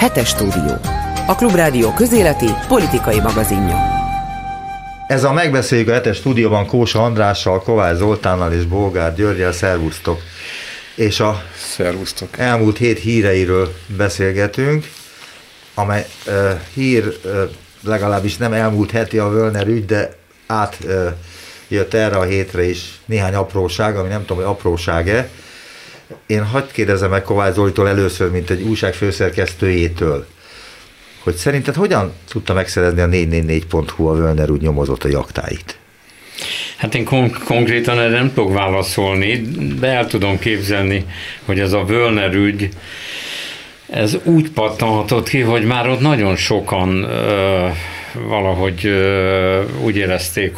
Hetes Stúdió, a Klubrádió közéleti politikai magazinja. Ez a Megbeszéljük a Hetes Stúdióban Kósa Andrással, Kovács Zoltánnal és Bolgár Györgyel. Szervusztok! És a Szervusztok. Elmúlt hét híreiről beszélgetünk, amely hír legalábbis nem elmúlt heti a Völner ügy, de átjött erre a hétre is néhány apróság, ami nem tudom, hogy apróság-e. Én hagyd kérdezem meg Kovács Zolitól először, mint egy újság főszerkesztőjétől, hogy szerinted hogyan tudta megszerezni a 444.hu a Völner ügy nyomozata aktáit? Hát én konkrétan erre nem tudok válaszolni, de el tudom képzelni, hogy ez a Völner ügy, ez úgy pattanhatott ki, hogy már ott nagyon sokan valahogy úgy érezték,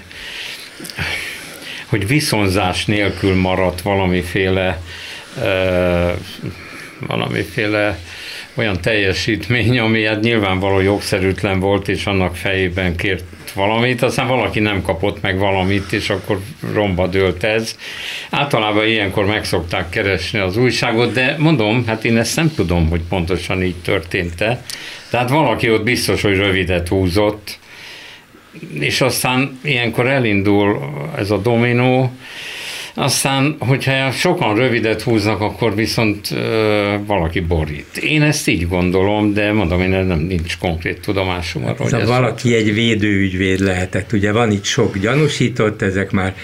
hogy viszonzás nélkül maradt valamiféle olyan teljesítmény, ami hát nyilvánvaló jogszerűtlen volt, és annak fejében kért valamit, aztán valaki nem kapott meg valamit, és akkor romba dőlt ez. Általában ilyenkor meg szokták keresni az újságot, de mondom, hát én ezt nem tudom, hogy pontosan így történt-e. Tehát valaki ott biztos, hogy rövidet húzott, és aztán ilyenkor elindul ez a dominó, aztán, hogyha sokan rövidet húznak, akkor viszont valaki borít. Én ezt így gondolom, de mondom, én nem nincs konkrét tudomásom arról. Hát, valaki egy védőügyvéd lehetett. Ugye van itt sok gyanúsított, ezek már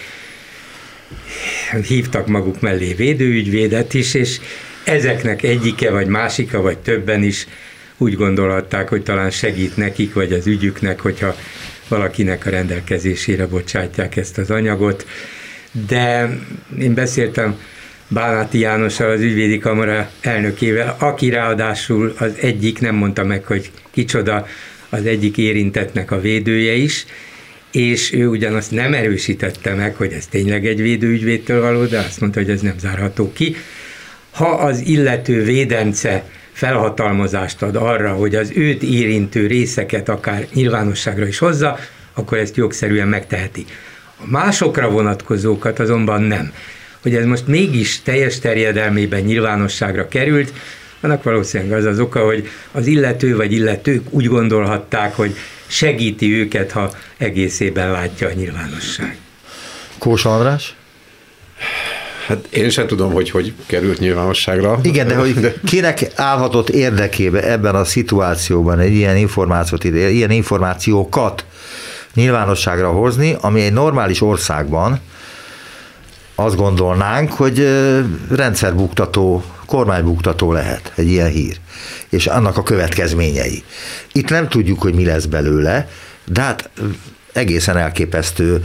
hívtak maguk mellé védőügyvédet is, és ezeknek egyike, vagy másika, vagy többen is úgy gondolhatták, hogy talán segít nekik, vagy az ügyüknek, hogyha valakinek a rendelkezésére bocsátják ezt az anyagot. De én beszéltem Bánáti Jánossal, az ügyvédi kamara elnökével, aki ráadásul az egyik, nem mondta meg, hogy kicsoda, az egyik érintettnek a védője is, és ő ugyanazt nem erősítette meg, hogy ez tényleg egy védőügyvédtől való, de azt mondta, hogy ez nem zárható ki. Ha az illető védence felhatalmazást ad arra, hogy az őt érintő részeket akár nyilvánosságra is hozza, akkor ezt jogszerűen megteheti. A másokra vonatkozókat azonban nem. Hogy ez most mégis teljes terjedelmében nyilvánosságra került, annak valószínűleg az az oka, hogy az illető vagy illetők úgy gondolhatták, hogy segíti őket, ha egészében látja a nyilvánosság. Kósa András? Hát én sem tudom, hogy került nyilvánosságra. Igen, de hogy kinek állhatott érdekébe ebben a szituációban egy ilyen információt, ilyen információkat nyilvánosságra hozni, ami egy normális országban azt gondolnánk, hogy rendszerbuktató, kormánybuktató lehet egy ilyen hír, és annak a következményei. Itt nem tudjuk, hogy mi lesz belőle, de hát egészen elképesztő,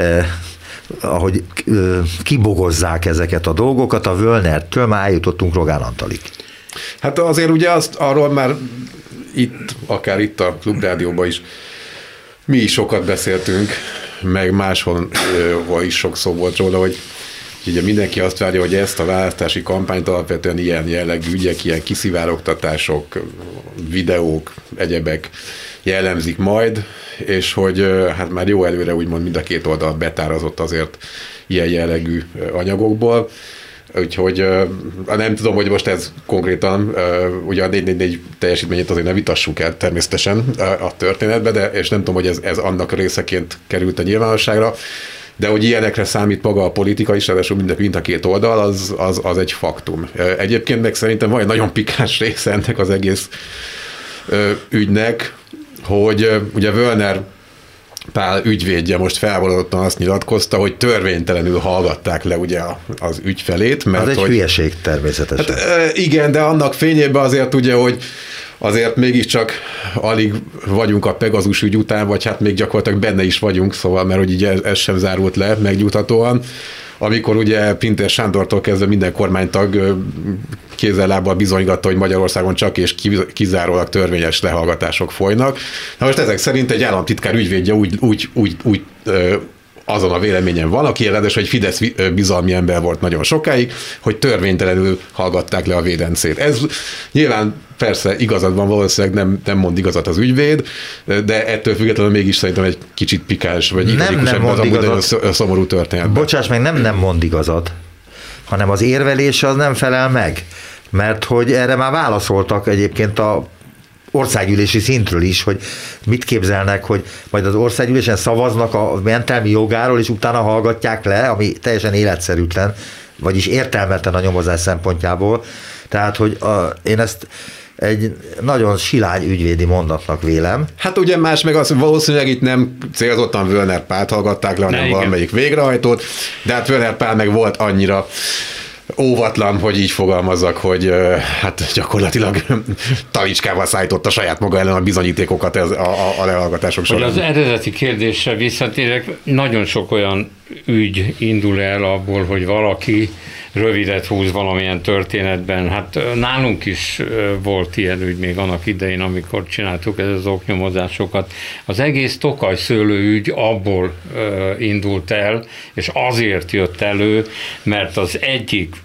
ahogy kibogozzák ezeket a dolgokat, a Völnertől már eljutottunk Rogán Antalig. Hát azért ugye arról már akár itt a Klubrádióban is mi is sokat beszéltünk, meg máshol is sok szó volt róla, hogy ugye mindenki azt várja, hogy ezt a választási kampányt alapvetően ilyen jellegű ügyek, ilyen kiszivárogtatások, videók, egyebek jellemzik majd, és hogy hát már jó előre úgymond mind a két oldal betárazott azért ilyen jellegű anyagokból. Úgyhogy nem tudom, hogy most ez konkrétan, ugye a 444 teljesítményét azért ne vitassuk el természetesen a történetbe, és nem tudom, hogy ez annak részeként került a nyilvánosságra, de hogy ilyenekre számít maga a politika is, ráadásul mind a két oldal, az egy faktum. Egyébként meg szerintem van egy nagyon pikáns része ennek az egész ügynek, hogy ugye Völner Pál ügyvédje most felvalódottan azt nyilatkozta, hogy törvénytelenül hallgatták le ugye az ügyfelét. Mert az egy hülyeség természetesen. Hát, igen, de annak fényében azért ugye, hogy azért mégiscsak alig vagyunk a Pegazus ügy után, vagy hát még gyakorlatilag benne is vagyunk, szóval, mert hogy ugye ez sem zárult le megnyugtatóan. Amikor ugye Pintér Sándortól kezdve minden kormánytag kézzel-lábbal bizonygatta, hogy Magyarországon csak és kizárólag törvényes lehallgatások folynak. Na most ezek szerint egy államtitkár ügyvédje úgy azon a véleményen van, aki ráadásul egy Fidesz bizalmi ember volt nagyon sokáig, hogy törvénytelenül hallgatták le a védencét. Ez nyilván persze igazad van, valószínűleg nem mond igazat az ügyvéd, de ettől függetlenül mégis szerintem egy kicsit pikáns, vagy igazikusabb az amúgy nagyon szomorú történet. Bocsáss meg, nem mond igazat, hanem az érvelés az nem felel meg. Mert hogy erre már válaszoltak egyébként a országgyűlési szintről is, hogy mit képzelnek, hogy majd az országgyűlésen szavaznak a mentelmi jogáról, és utána hallgatják le, ami teljesen életszerűtlen, vagyis értelmetlen a nyomozás szempontjából. Tehát, hogy én ezt egy nagyon silány ügyvédi mondatnak vélem. Hát ugye más meg az, valószínűleg itt nem célzottan Völner Pált hallgatták le, hanem valamelyik végrehajtót, de hát Völner Pál meg volt annyira óvatlan, hogy így fogalmazzak, hogy hát gyakorlatilag talicskával szállította saját maga ellen a bizonyítékokat a lehallgatások során. Hogy az eredeti kérdésre visszatérek, nagyon sok olyan ügy indul el abból, hogy valaki rövidet húz valamilyen történetben. Hát nálunk is volt ilyen ügy még annak idején, amikor csináltuk az oknyomozásokat. Az egész Tokaj szőlőügy abból indult el, és azért jött elő, mert az egyik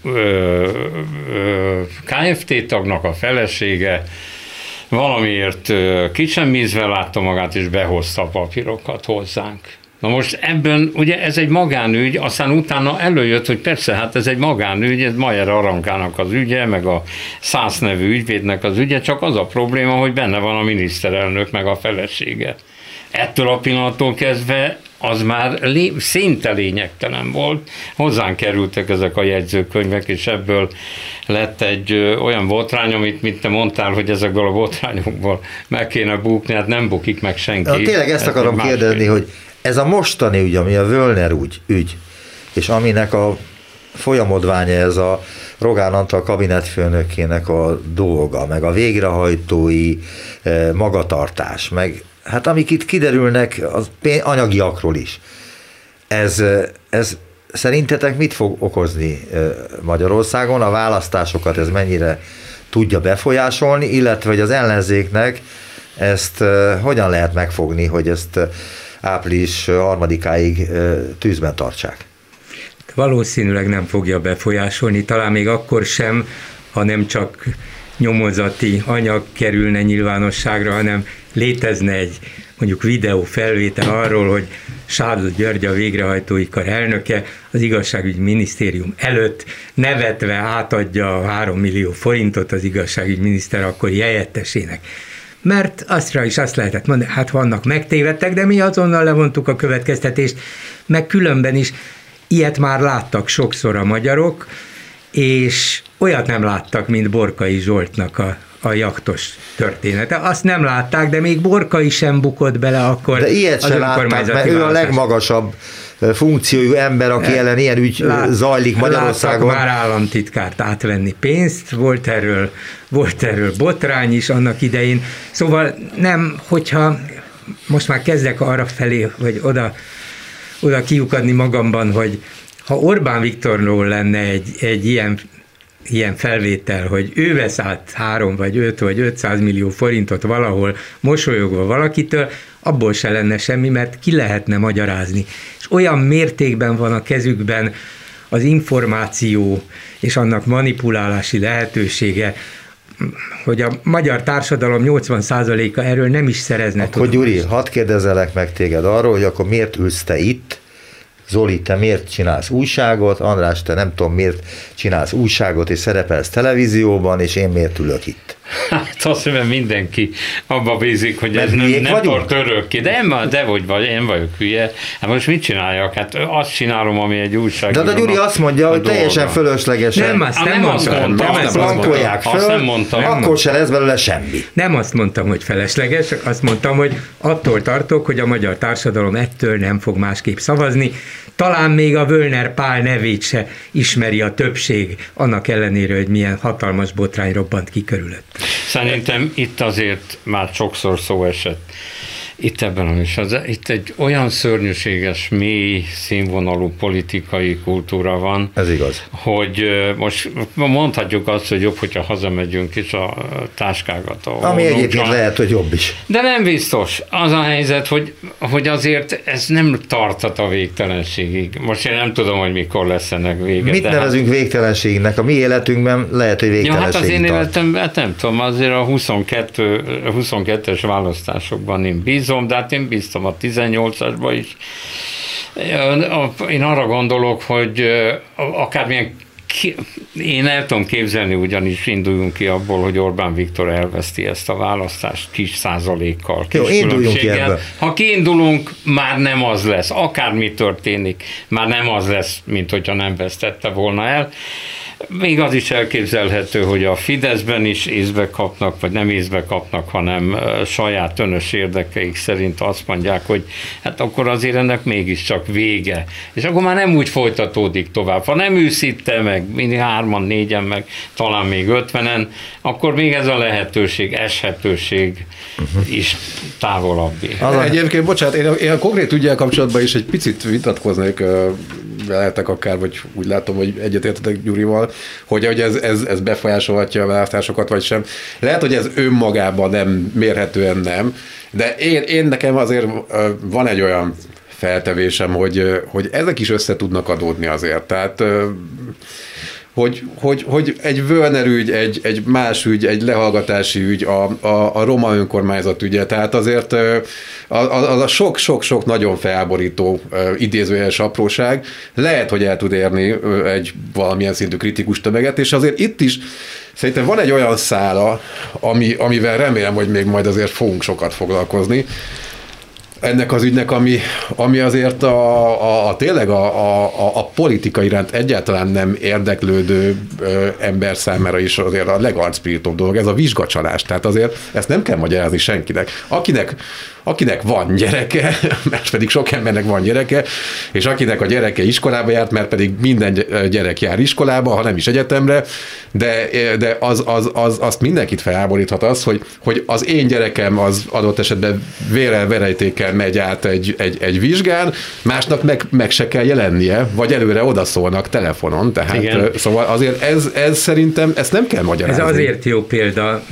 KFT tagnak a felesége valamiért kicsemmízve látta magát, és behozta a papírokat hozzánk. Na most ebben, ugye ez egy magánügy, aztán utána előjött, hogy persze, hát ez egy magánügy, ez Mayer Arankának az ügye, meg a Szász nevű ügyvédnek az ügye, csak az a probléma, hogy benne van a miniszterelnök, meg a felesége. Ettől a pillanattól kezdve az már szinte lényegtelen volt. Hozzánk kerültek ezek a jegyzőkönyvek, és ebből lett egy olyan botrány, amit mint te mondtál, hogy ezekből a botrányokból meg kéne bukni, hát nem bukik meg senki. Na, tényleg ezt akarom kérdezni, hogy ez a mostani ügy, ami a Völner ügy, és aminek a folyamodványa ez a Rogán Antal kabinetfőnökének a dolga, meg a végrehajtói magatartás, meg hát amik itt kiderülnek az anyagiakról is. Ez szerintetek mit fog okozni Magyarországon? A választásokat ez mennyire tudja befolyásolni, illetve hogy az ellenzéknek ezt hogyan lehet megfogni, hogy ezt április 3-áig tűzben tartsák? Valószínűleg nem fogja befolyásolni, talán még akkor sem, ha nem csak nyomozati anyag kerülne nyilvánosságra, hanem létezne egy mondjuk videó felvétel arról, hogy Sádl György, a végrehajtói kar elnöke az igazságügyi minisztérium előtt nevetve átadja a 3 millió forintot az igazságügyi miniszter akkori helyettesének. Mert aztra is azt lehetett mondani, hát vannak megtévedtek, de mi azonnal levontuk a következtetést, meg különben is ilyet már láttak sokszor a magyarok, és olyat nem láttak, mint Borkai Zsoltnak a jaktos története. Azt nem látták, de még Borkai sem bukott bele akkor. De ilyet sem látták, mert ő a legmagasabb funkciójú ember, aki ellen ilyen ügy zajlik Magyarországon. Láttak már államtitkárt átvenni pénzt, volt erről botrány is annak idején. Szóval nem, hogyha most már kezdek arra felé, vagy oda kiukadni magamban, hogy ha Orbán Viktorról lenne egy ilyen felvétel, hogy ő vesz át 3 vagy 5 vagy 500 millió forintot valahol mosolyogva valakitől, abból se lenne semmi, mert ki lehetne magyarázni. És olyan mértékben van a kezükben az információ és annak manipulálási lehetősége, hogy a magyar társadalom 80%-a erről nem is szerezne tudomást. Akkor Gyuri, hadd kérdezelek meg téged arról, hogy akkor miért ülsz te itt, Zoli, te miért csinálsz újságot, András, te nem tudom miért csinálsz újságot és szerepelsz televízióban, és én miért ülök itt? Hát azt mondom, mindenki abba bízik, hogy ez nem tart örökké. De hogy vagy, én vagyok hülye. Hát most mit csináljak? Hát azt csinálom, ami egy újság. De a Gyuri azt mondja, hogy teljesen fölöslegesen. Nem, azt nem mondtam. Plankolják föl, akkor se lesz belőle semmi. Nem azt mondtam, hogy felesleges, azt mondtam, hogy attól tartok, hogy a magyar társadalom ettől nem fog másképp szavazni. Talán még a Völner Pál nevét se ismeri a többség, annak ellenére, hogy milyen hatalmas botrány robbant ki körülött. Szerintem itt azért már sokszor szó esett. Itt ebben a műsorban. Itt egy olyan szörnyűséges, mély színvonalú politikai kultúra van. Ez igaz. Hogy most mondhatjuk azt, hogy jobb, hogyha hazamegyünk és a táskákat. Ami egyébként lehet, hogy jobb is. De nem biztos. Az a helyzet, hogy azért ez nem tarthat a végtelenségig. Most én nem tudom, hogy mikor lesz ennek vége. Mit nevezünk végtelenségnek? A mi életünkben lehet, hogy végtelenségig hát az én életemben, hát nem tudom, azért a 22-es választásokban én bízom, de hát én bíztam a 18-asba is. Én arra gondolok, hogy akármilyen Én el tudom képzelni, ugyanis induljunk ki abból, hogy Orbán Viktor elveszti ezt a választást kis százalékkal, kis különbséggel. Ha kiindulunk, már nem az lesz. Akármi történik, már nem az lesz, mint hogyha nem vesztette volna el. Még az is elképzelhető, hogy a Fideszben is észbe kapnak, vagy nem észbe kapnak, hanem saját önös érdekeik szerint azt mondják, hogy hát akkor azért ennek mégiscsak vége. És akkor már nem úgy folytatódik tovább. Ha nem őszítte meg, mindig 3-an, 4-en, meg talán még 50-en, akkor még ez a lehetőség, eshetőség is távolabbi. Egyébként, bocsánat, én a konkrét ügyel kapcsolatban is egy picit vitatkoznék, lehetek akár, vagy úgy látom, hogy egyetértetek Gyurival, hogy ez befolyásolhatja a választásokat, vagy sem. Lehet, hogy ez önmagában nem, mérhetően nem, de én nekem azért van egy olyan feltevésem, hogy ezek is össze tudnak adódni azért. Tehát hogy egy Völner ügy, egy más ügy, egy lehallgatási ügy, a roma önkormányzat ügye, tehát azért az a sok-sok nagyon felborító idézőjeles apróság lehet, hogy el tud érni egy valamilyen szintű kritikus tömeget, és azért itt is szerintem van egy olyan szála, amivel remélem, hogy még majd azért fogunk sokat foglalkozni, ennek az ügynek, ami azért tényleg a politika iránt egyáltalán nem érdeklődő ember számára is azért a legarcpirítóbb dolog, ez a vizsgacsalás. Tehát azért ezt nem kell magyarázni senkinek. Akinek van gyereke, mert pedig sok embernek van gyereke, és akinek a gyereke iskolába járt, mert pedig minden gyerek jár iskolába, ha nem is egyetemre, de azt mindenkit felháboríthat az, hogy az én gyerekem az adott esetben verejtékkel megy át egy vizsgán, másnak meg se kell jelennie, vagy előre odaszólnak telefonon, tehát szóval azért ez szerintem, ezt nem kell magyarázni. Ez azért jó példa,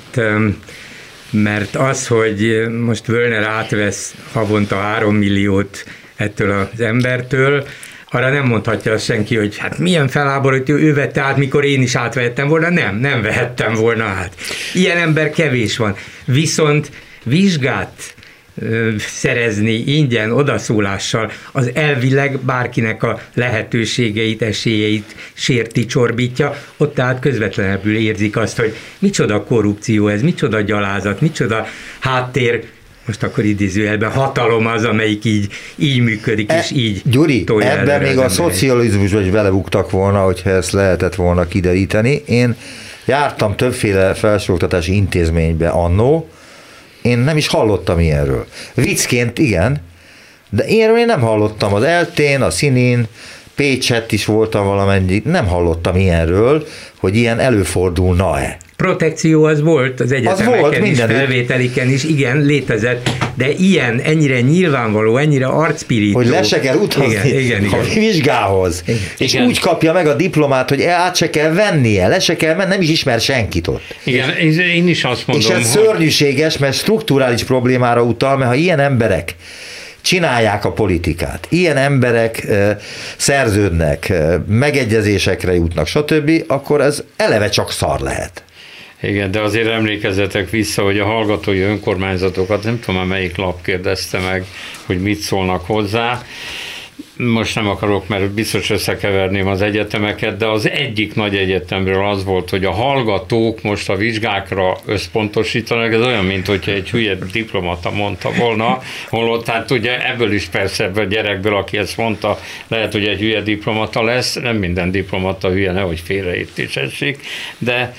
mert az, hogy most Völner átvesz havonta 3 milliót ettől az embertől, arra nem mondhatja azt senki, hogy hát milyen felháborító, ő vette át, mikor én is átvehettem volna. Nem vehettem volna át. Ilyen ember kevés van. Viszont vizsgát szerezni ingyen, odaszólással, az elvileg bárkinek a lehetőségeit, esélyeit sérti, csorbítja, ott tehát közvetlenebbül érzik azt, hogy micsoda korrupció ez, micsoda gyalázat, micsoda háttér, most akkor idézőjelben hatalom az, amelyik így működik, és így Gyuri, ebben még a szocializmusban is belebuktak volna, hogyha ezt lehetett volna kideríteni. Én jártam többféle felsőoktatási intézménybe annó, én nem is hallottam ilyenről. Viccként igen, de ilyenről én nem hallottam. Az Eltén, a Színén, Pécsett is voltam valamennyi, nem hallottam ilyenről, hogy ilyen előfordulna-e. Protekció az volt az egyetemeken is, felvételiken is, igen, létezett, de ilyen, ennyire nyilvánvaló, ennyire arcpirító. Hogy le se kell utazni a vizsgához, igen. És igen. Úgy kapja meg a diplomát, hogy át se kell vennie, le se kell menni, nem is ismer senkit ott. Igen, én is azt mondom. És ez szörnyűséges, mert strukturális problémára utal, mert ha ilyen emberek csinálják a politikát, ilyen emberek szerződnek, megegyezésekre jutnak, stb., akkor ez eleve csak szar lehet. Igen, de azért emlékezzetek vissza, hogy a hallgatói önkormányzatokat, nem tudom, melyik lap kérdezte meg, hogy mit szólnak hozzá. Most nem akarok, mert biztos összekeverném az egyetemeket, de az egyik nagy egyetemről az volt, hogy a hallgatók most a vizsgákra összpontosítanak, ez olyan, mint hogyha egy hülye diplomata mondta volna, holott hát ugye ebből is persze ebből a gyerekből, aki ezt mondta, lehet, hogy egy hülye diplomata lesz, nem minden diplomata hülye, nehogy félreértés essék, de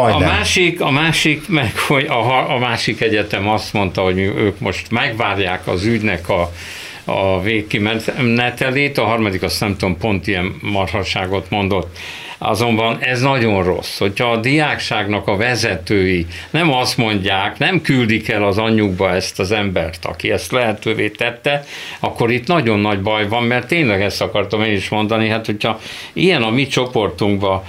a másik meg, hogy a másik egyetem azt mondta, hogy ők most megvárják az ügynek a végkimenetelét, a harmadik azt nem tudom, pont ilyen marhasságot mondott. Azonban ez nagyon rossz, hogyha a diákságnak a vezetői nem azt mondják, nem küldik el az anyjukba ezt az embert, aki ezt lehetővé tette, akkor itt nagyon nagy baj van, mert tényleg ezt akartam én is mondani, hát hogyha ilyen a mi csoportunkban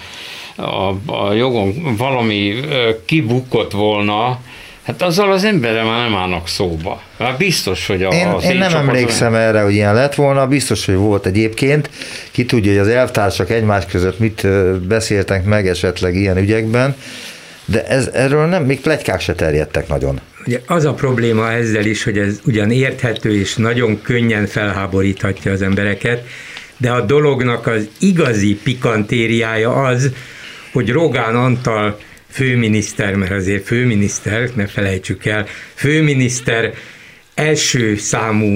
a jogon valami kibukott volna, hát azzal az emberre már nem állnak szóba. Már biztos, hogy én nem emlékszem erre, hogy ilyen lett volna, biztos, hogy volt egyébként. Ki tudja, hogy az elvtársak egymás között mit beszéltek meg esetleg ilyen ügyekben, de erről nem, még pletykák se terjedtek nagyon. Ugye az a probléma ezzel is, hogy ez ugyan érthető és nagyon könnyen felháboríthatja az embereket, de a dolognak az igazi pikantériája az, hogy Rogán Antal főminiszter, mert azért főminiszter, ne felejtsük el, főminiszter első számú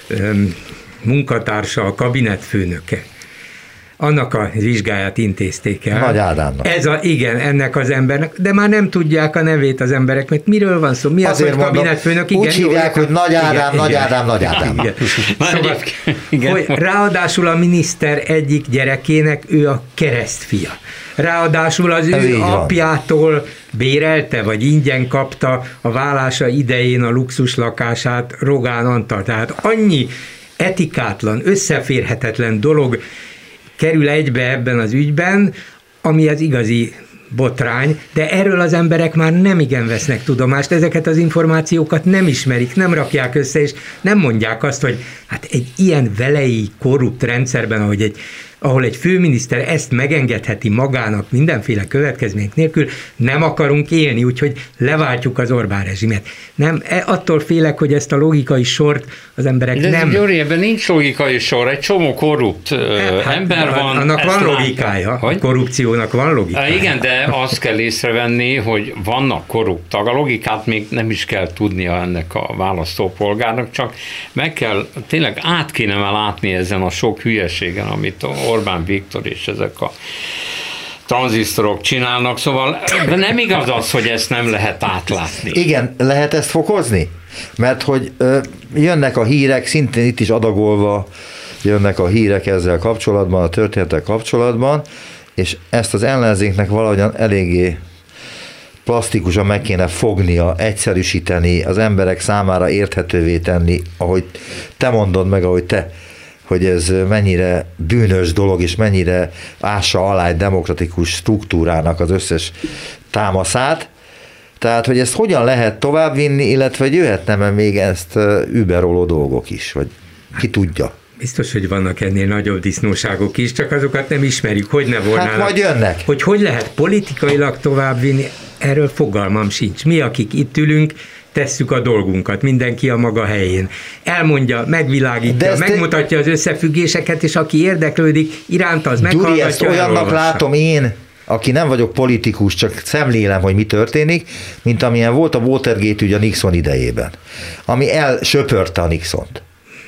munkatársa, a kabinetfőnöke. Annak a vizsgáját intézték el. Nagy Ádámnak. Igen, ennek az embernek, de már nem tudják a nevét az emberek, mert miről van szó? Mi azért az, hogy kabinetfőnök? Igen, úgy hívják, hogy Nagy Ádám, Nagy Ádám, Nagy Ádám. Szóval, hogy ráadásul a miniszter egyik gyerekének ő a keresztfia. Ráadásul az ő apjától bérelte, vagy ingyen kapta a vállása idején a luxus lakását Rogán Antal. Tehát annyi etikátlan, összeférhetetlen dolog kerül egybe ebben az ügyben, ami az igazi botrány, de erről az emberek már nem igen vesznek tudomást, ezeket az információkat nem ismerik, nem rakják össze, és nem mondják azt, hogy hát egy ilyen velei korrupt rendszerben, ahol egy főminiszter ezt megengedheti magának mindenféle következmények nélkül, nem akarunk élni, úgyhogy leváltjuk az Orbán rezsimet. Nem, attól félek, hogy ezt a logikai sort az emberek de nem... Gyuri, ebben nincs logikai sor, egy csomó korrupt ember van. Annak van logikája, a korrupciónak van logikája. Igen, de azt kell észrevenni, hogy vannak korruptak. A logikát még nem is kell tudnia ennek a választópolgárnak, csak meg kell, tényleg át kéne már látni ezen a sok hülyeségen, amit Orbán Viktor és ezek a tranzisztorok csinálnak, szóval de nem igaz az, hogy ezt nem lehet átlátni. Igen, lehet ezt fokozni? Mert hogy jönnek a hírek, szintén itt is adagolva jönnek a hírek ezzel kapcsolatban, a történetek kapcsolatban, és ezt az ellenzéknek valahogyan eléggé plastikusan meg kéne fognia, egyszerűsíteni, az emberek számára érthetővé tenni, ahogy te mondod meg, hogy ez mennyire bűnös dolog, és mennyire ássa alá egy demokratikus struktúrának az összes támaszát. Tehát, hogy ezt hogyan lehet továbbvinni, illetve hogy jöhetne még ezt überoló dolgok is, vagy ki tudja. Biztos, hogy vannak ennél nagyobb disznóságok is, csak azokat nem ismerjük, hogy ne volnának. Hát majd jönnek. Hogy lehet politikailag továbbvinni, erről fogalmam sincs. Mi, akik itt ülünk, tesszük a dolgunkat, mindenki a maga helyén. Elmondja, megvilágítja, megmutatja az összefüggéseket, és aki érdeklődik iránta, az meghallgatja. Gyuri, ezt olyannak látom én, aki nem vagyok politikus, csak szemlélem, hogy mi történik, mint amilyen volt a Watergate ügy a Nixon idejében, ami elsöpörte a Nixont.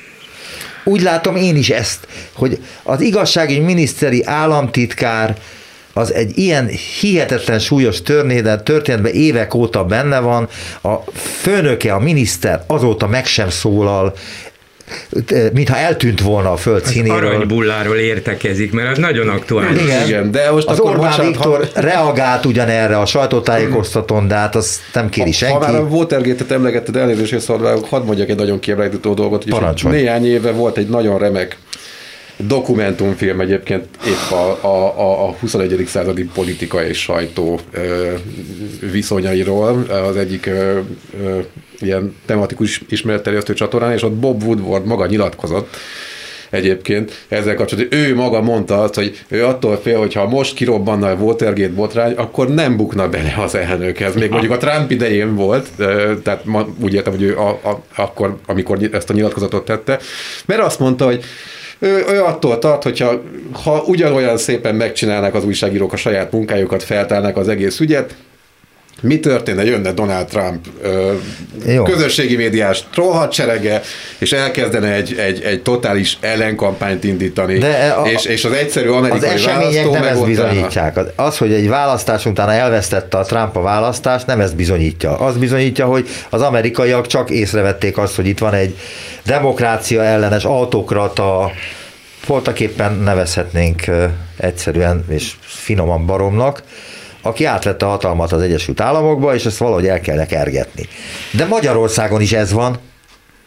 Úgy látom én is ezt, hogy az igazságügyi miniszteri államtitkár az egy ilyen hihetetlen súlyos történetben évek óta benne van, a főnöke, a miniszter azóta meg sem szólal, mintha eltűnt volna a föld színéről. Az aranybulláról értekezik, mert az nagyon aktuális. Igen, de most az Orbán Viktor reagált ugyanerre a sajtótájékoztatón, de hát azt nem kéri senki. Ha már a Watergate-et emlegetted, elnézést szólválok, hadd mondjak egy nagyon kiábrándító dolgot. Néhány éve volt egy nagyon remek dokumentumfilm egyébként épp a 21. századi politika és sajtó viszonyairól, az egyik ilyen tematikus ismeretterjesztő csatornán, és ott Bob Woodward maga nyilatkozott egyébként ezzel kapcsolatban, hogy ő maga mondta azt, hogy ő attól fél, hogyha most kirobbanna a Watergate botrány, akkor nem bukna bele az elnökhez. Még mondjuk a Trump idején volt, tehát úgy értem, hogy ő akkor, amikor ezt a nyilatkozatot tette, mert azt mondta, hogy ő attól tart, ha ugyanolyan szépen megcsinálnak az újságírók a saját munkájukat, feltárnak az egész ügyet, mi történne? Jönne Donald Trump közösségi médiás trollhadserege, és elkezdene egy totális ellenkampányt indítani, és az egyszerű amerikai az események nem ezt bizonyítják. Az, hogy egy választás utána elvesztette a Trump a választást, nem ezt bizonyítja. Az bizonyítja, hogy az amerikaiak csak észrevették azt, hogy itt van egy demokrácia ellenes autokrata, voltaképpen nevezhetnénk egyszerűen és finoman baromnak, aki átvette a hatalmat az Egyesült Államokba, és ezt valahogy el kell kergetni. De Magyarországon is ez van.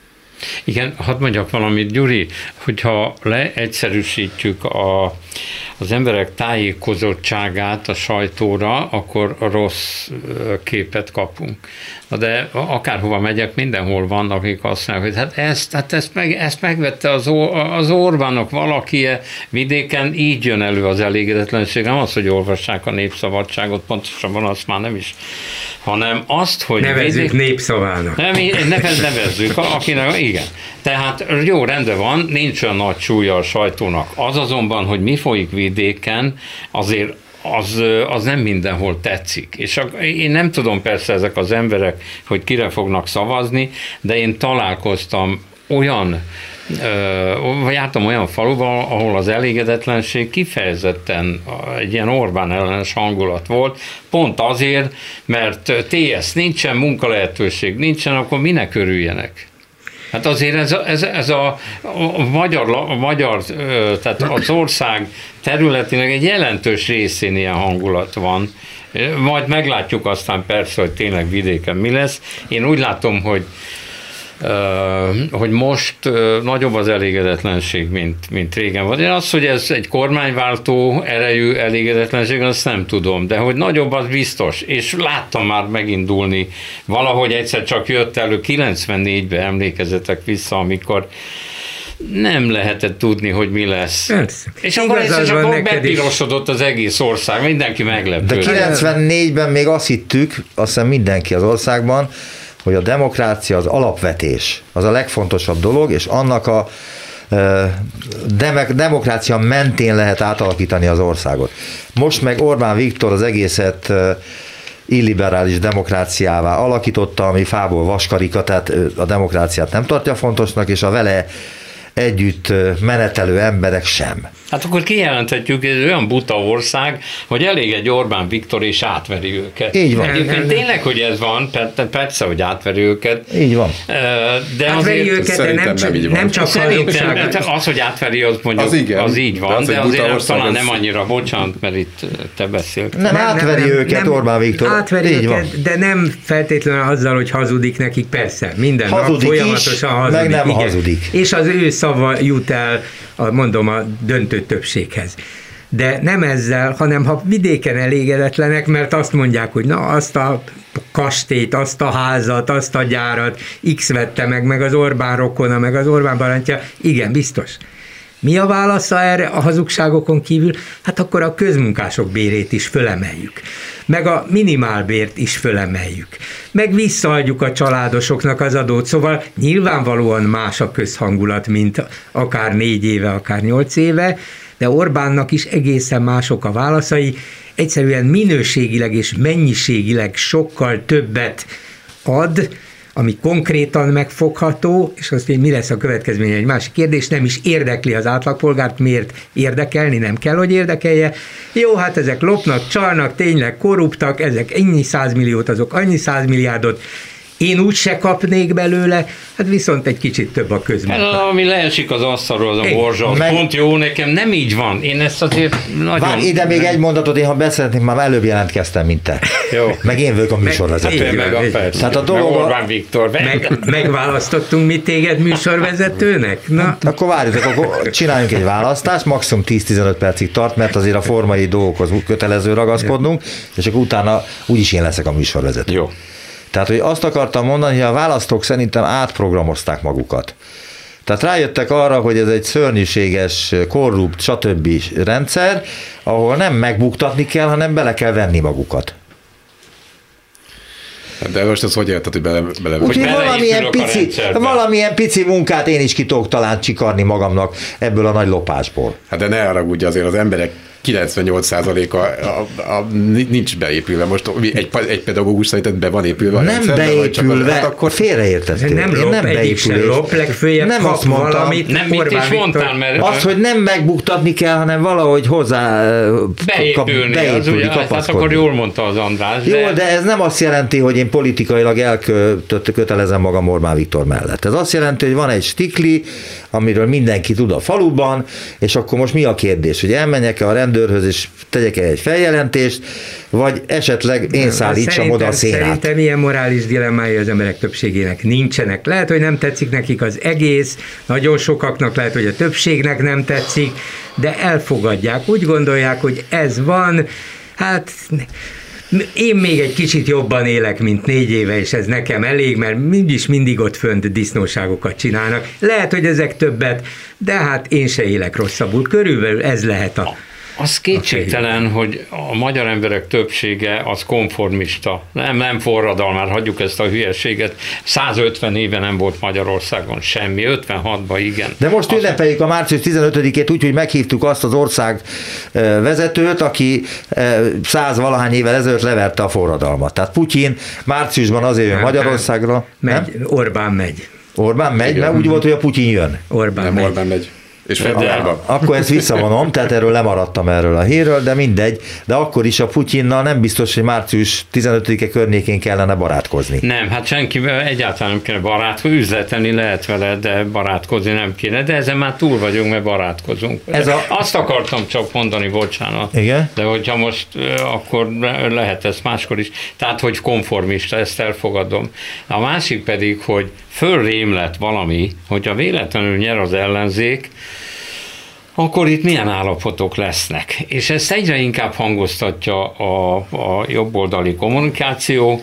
Igen, hadd mondjak valamit, Gyuri, hogyha leegyszerűsítjük az emberek tájékozottságát a sajtóra, akkor rossz képet kapunk. De akárhova megyek, mindenhol vannak, akik azt mondják, hogy ezt megvette az Orbánok valaki vidéken, így jön elő az elégedetlenség. Nem az, hogy olvassák a Népszabadságot, pontosabban azt már nem is, hanem azt, hogy... Nevezzük népszavának. Nevezzük, akinek, igen. Tehát jó, rendben van, nincs olyan nagy súlya a sajtónak. Az azonban, hogy mi folyik vidéken, azért az nem mindenhol tetszik. És én nem tudom persze ezek az emberek, hogy kire fognak szavazni, de én találkoztam jártam olyan faluban, ahol az elégedetlenség kifejezetten egy ilyen Orbán ellenes hangulat volt, pont azért, mert TS nincsen, munkalehetőség nincsen, akkor minek örüljenek? Hát azért ez a magyar, tehát az ország területének egy jelentős részén ilyen hangulat van. Majd meglátjuk aztán persze, hogy tényleg vidéken mi lesz. Én úgy látom, hogy most nagyobb az elégedetlenség, mint régen volt. Én azt, hogy ez egy kormányváltó erejű elégedetlenség, azt nem tudom, de hogy nagyobb, az biztos. És láttam már megindulni, valahogy egyszer csak jött elő, 94-ben emlékezetek vissza, amikor nem lehetett tudni, hogy mi lesz. Persze. És akkor egyszer csak bepirosodott az egész ország, mindenki meglepődött. De 94-ben még azt hittük, azt hiszem mindenki az országban, hogy a demokrácia az alapvetés, az a legfontosabb dolog, és annak a demokrácia mentén lehet átalakítani az országot. Most meg Orbán Viktor az egészet illiberális demokráciává alakította, ami fából vaskarika, tehát a demokráciát nem tartja fontosnak, és a vele együtt menetelő emberek sem. Hát akkor kijelenthetjük, hogy ez olyan buta ország, hogy elég egy Orbán Viktor és átveri őket. Így van. Egyébként tényleg, hogy ez van, persze, hogy átveri őket. Így van. De átveri őket, de nem csak szerintem az, hogy átveri, az mondjuk az így van, de azért talán nem annyira, bocsánat, mert itt te beszéltél. Nem, átveri őket Orbán Viktor. Átveri őket, de nem feltétlenül azzal, hogy hazudik nekik, persze. Minden nap folyamatosan hazudik. Meg nem hazudik. És az ő szava jut el, mondom, a döntő többséghez. De nem ezzel, hanem ha vidéken elégedetlenek, mert azt mondják, hogy na azt a kastélyt, azt a házat, azt a gyárat X vette meg az Orbán rokona, meg az Orbán barátja, igen, biztos. Mi a válasza erre a hazugságokon kívül? Hát akkor a közmunkások bérét is fölemeljük, meg a minimálbért is fölemeljük, meg visszaadjuk a családosoknak az adót, szóval nyilvánvalóan más a közhangulat, mint akár 4 éve, akár 8 éve, de Orbánnak is egészen mások a válaszai, egyszerűen minőségileg és mennyiségileg sokkal többet ad, ami konkrétan megfogható, és azt, hogy mi lesz a következménye, egy másik kérdés, nem is érdekli az átlagpolgárt, miért érdekelni, nem kell, hogy érdekelje. Jó, hát ezek lopnak, csalnak, tényleg korruptak, ezek ennyi 100 milliót, azok annyi 100 milliárdot, én úgy se kapnék belőle, hát viszont egy kicsit több a közmunka. Ami leesik az asztalról, az a borzsa, az pont jó, nekem nem így van. Én ezt azért nagyon... Várj, ide még egy mondatot, én ha beszélhetnék, már előbb jelentkeztem, mint te. Jó. Meg én vagyok a műsorvezető. Tehát a dolog... Orbán Viktor. Megválasztottunk mi téged műsorvezetőnek? Na. Akkor várjuk, akkor csináljunk egy választást, maximum 10-15 percig tart, mert azért a formai dolgokhoz kötelező ragaszkodnunk, és akkor utána úgyis én leszek a műsorvezető. Jó. Tehát, hogy azt akartam mondani, hogy a választók szerintem átprogramozták magukat. Tehát rájöttek arra, hogy ez egy szörnyűséges, korrupt, stb. Rendszer, ahol nem megbuktatni kell, hanem bele kell venni magukat. De most ez hogy érted, hogy bele Úgyhogy valamilyen pici munkát én is ki tudok talán csikarni magamnak ebből a nagy lopásból. Hát de ne haragudj, azért az emberek 98%-a nincs beépülve. Most egy pedagógus szerinted be van épülve a nem rendszerbe, beépülve, hát akkor félreértettél. Nem beépülés. Lop, legfőjebb nem azt mondtam, valamit. Nem mit is mondtál, mert... Azt, hogy nem megbuktatni kell, hanem valahogy hozzá beépülni, hát akkor jól mondta az András. Jó, de ez nem azt jelenti, hogy én politikailag elkötelezem magam Orbán Viktor mellett. Ez azt jelenti, hogy van egy stikli, amiről mindenki tud a faluban, és akkor most mi a kérdés, hogy elmenjek-e a rendőrhöz, és tegyek egy feljelentést, vagy esetleg én szállítsam oda a szénát. Szerintem ilyen morális dilemmái az emberek többségének nincsenek. Lehet, hogy nem tetszik nekik az egész, nagyon sokaknak lehet, hogy a többségnek nem tetszik, de elfogadják, úgy gondolják, hogy ez van, hát én még egy kicsit jobban élek, mint 4 éve, és ez nekem elég, mert mindig ott fönt disznóságokat csinálnak. Lehet, hogy ezek többet, de hát én se élek rosszabbul. Körülbelül ez lehet az kétségtelen, hogy a magyar emberek többsége az konformista, nem forradalmár, hagyjuk ezt a hülyeséget. 150 éve nem volt Magyarországon semmi, 56-ban igen. De most ünnepeljük a március 15-ét úgy, hogy meghívtuk azt az ország vezetőt, aki 100-valahány évvel ezelőtt leverte a forradalmat. Tehát Putyin márciusban azért jön Magyarországra. Orbán megy. Orbán megy, mert úgy volt, hogy a Putyin jön. Orbán megy. És februárban. Akkor ezt visszavonom, tehát erről lemaradtam erről a hírről, de mindegy, de akkor is a Putyinnal nem biztos, hogy március 15-e környékén kellene barátkozni. Nem, hát senkivel egyáltalán nem kéne barátkozni, üzletelni lehet vele, de barátkozni nem kéne, de ezen már túl vagyunk, mert barátkozunk. Azt akartam csak mondani, bocsánat. Igen? De hogyha most, akkor lehet ez máskor is. Tehát, hogy konformista, ezt elfogadom. A másik pedig, hogy fölrém lett valami, hogyha véletlenül nyer az ellenzék, akkor itt milyen állapotok lesznek. És ezt egyre inkább hangoztatja a jobboldali kommunikáció,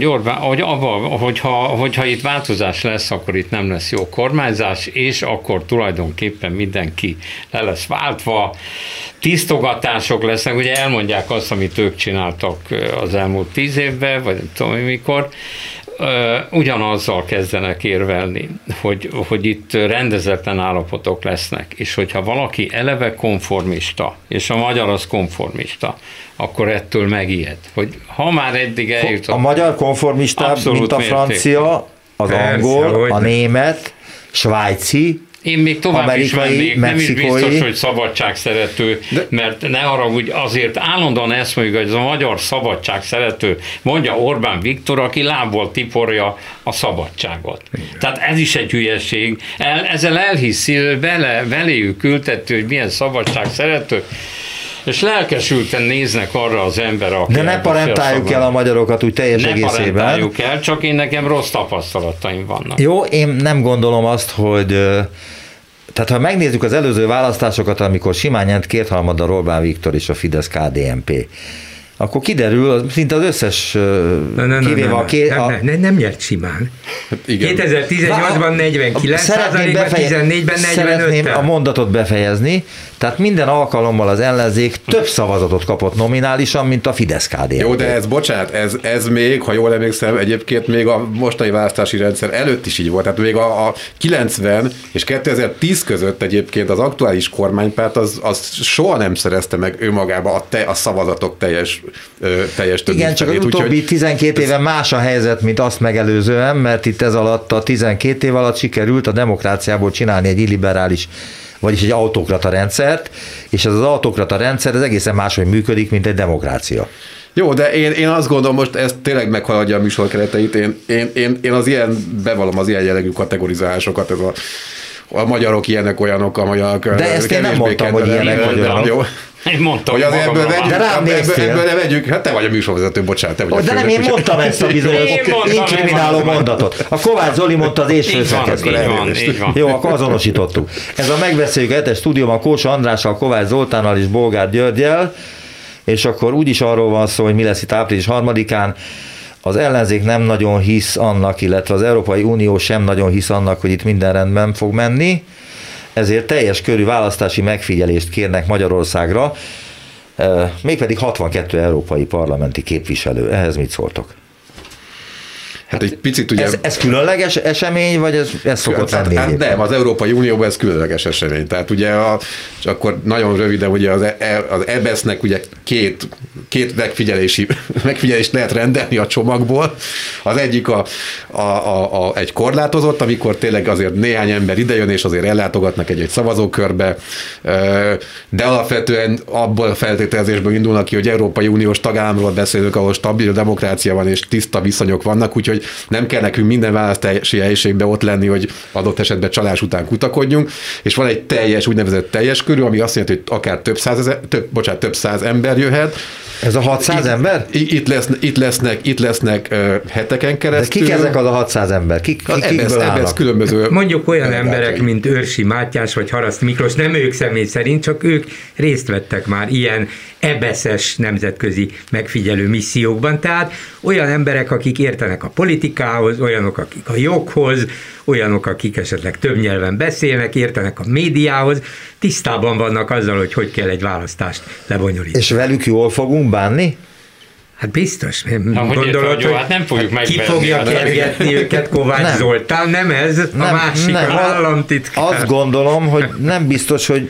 hogyha itt változás lesz, akkor itt nem lesz jó kormányzás, és akkor tulajdonképpen mindenki le lesz váltva, tisztogatások lesznek, ugye elmondják azt, amit ők csináltak az elmúlt 10 évben, vagy nem tudom mikor, ugyanazzal kezdenek érvelni, hogy itt rendezetlen állapotok lesznek, és hogyha valaki eleve konformista, és a magyar az konformista, akkor ettől megijed, hogy ha már eddig eljutott. A magyar konformistább, mint a francia, az angol, a német, svájci, én még tovább is vennék, nem is biztos, hogy szabadságszerető, mert ne haragudj, azért állandóan ezt mondjuk, hogy ez a magyar szabadságszerető, mondja Orbán Viktor, aki lábból tiporja a szabadságot. Tehát ez is egy hülyeség. Ezzel elhiszi, beléjük ültető, hogy milyen szabadságszerető, és lelkesülten néznek arra az ember, aki... De ne parentáljuk el a magyarokat úgy teljes egészében. Ne parentáljuk el, csak nekem rossz tapasztalataim vannak. Jó, én nem gondolom azt, hogy... Tehát ha megnézzük az előző választásokat, amikor simán nyert 2/3 Orbán Viktor és a Fidesz-KDNP, akkor kiderül, szinte az összes nem nyert simán. Hát 2018-ban 49%-ban, 14-ben 45-tel. Szeretném a mondatot befejezni, tehát minden alkalommal az ellenzék több szavazatot kapott nominálisan, mint a Fidesz-KDNP. Jó, de ez, bocsánat, ez még, ha jól emlékszem, egyébként még a mostani választási rendszer előtt is így volt. Tehát még a 90 és 2010 között egyébként az aktuális kormánypárt az soha nem szerezte meg önmagába a szavazatok teljes többségét. Igen, csak az utóbbi 12 éven más a helyzet, mint azt megelőzően, mert itt ez alatt a 12 év alatt sikerült a demokráciából csinálni egy illiberális, vagyis egy autokrata rendszert, és ez az autokrata rendszer ez egészen máshogy működik, mint egy demokrácia. Jó, de én azt gondolom, most ez tényleg meghaladja a műsor kereteit. Én az ilyen, bevallom az ilyen jellegű kategorizálásokat, ez a magyarok ilyenek, olyanok, a magyarok. De ezt én nem mondtam, hogy ilyenek olyanok. Én mondtam, hogy ebből ne vegyük, hát te vagy a műsorvezető, bocsánat, te vagy de nem én mondtam ezt a bizonyos inkrimináló mondatot. A Kovács Zoli mondta az ésfőszerkesztő. Jó, akkor azonosítottuk. Ez a megbeszéljük a 7-es stúdióban Kósa Andrással, Kovács Zoltánnal és Bolgár Györggyel, és akkor úgyis arról van szó, hogy mi lesz itt április 3-án. Az ellenzék nem nagyon hisz annak, illetve az Európai Unió sem nagyon hisz annak, hogy itt minden rendben fog menni, ezért teljes körű választási megfigyelést kérnek Magyarországra, mégpedig 62 európai parlamenti képviselő. Ehhez mit szóltok? Hát egy picit ugye... Ez különleges esemény, vagy ez szokott lenni? Hát nem, az Európai Unióban ez különleges esemény. Tehát ugye akkor nagyon röviden ugye az EBESZ-nek ugye két megfigyelést lehet rendelni a csomagból. Az egyik egy korlátozott, amikor tényleg azért néhány ember idejön, és azért ellátogatnak egy szavazókörbe, de alapvetően abból a feltételezésből indulnak ki, hogy Európai Uniós tagállamról beszélünk, ahol stabil demokrácia van és tiszta viszonyok vannak, úgyhogy nem kell nekünk minden választási helyiségben ott lenni, hogy adott esetben csalás után kutakodjunk, és van egy teljes, úgynevezett teljes körű, ami azt jelenti, hogy akár több száz ember jöhet. Ez a 600 ember? Itt lesznek heteken keresztül. De kik ezek az a 600 ember? Kikből állnak? Különböző mondjuk olyan emberek, mint Őrsi Mátyás vagy Haraszti Miklós, nem ők személy szerint, csak ők részt vettek már ilyen ebeszes nemzetközi megfigyelő missziókban, tehát olyan emberek, akik értenek a politikához, olyanok, akik a joghoz, olyanok, akik esetleg több nyelven beszélnek, értenek a médiához, tisztában vannak azzal, hogy kell egy választást lebonyolítani. És velük jól fogunk bánni? Hát biztos. Gondolod, hogy hát nem fogjuk megvenni. Ki fogja kergetni őket, Kovács Zoltán? Nem ez, a másik, az államtitkár. Azt gondolom, hogy nem biztos, hogy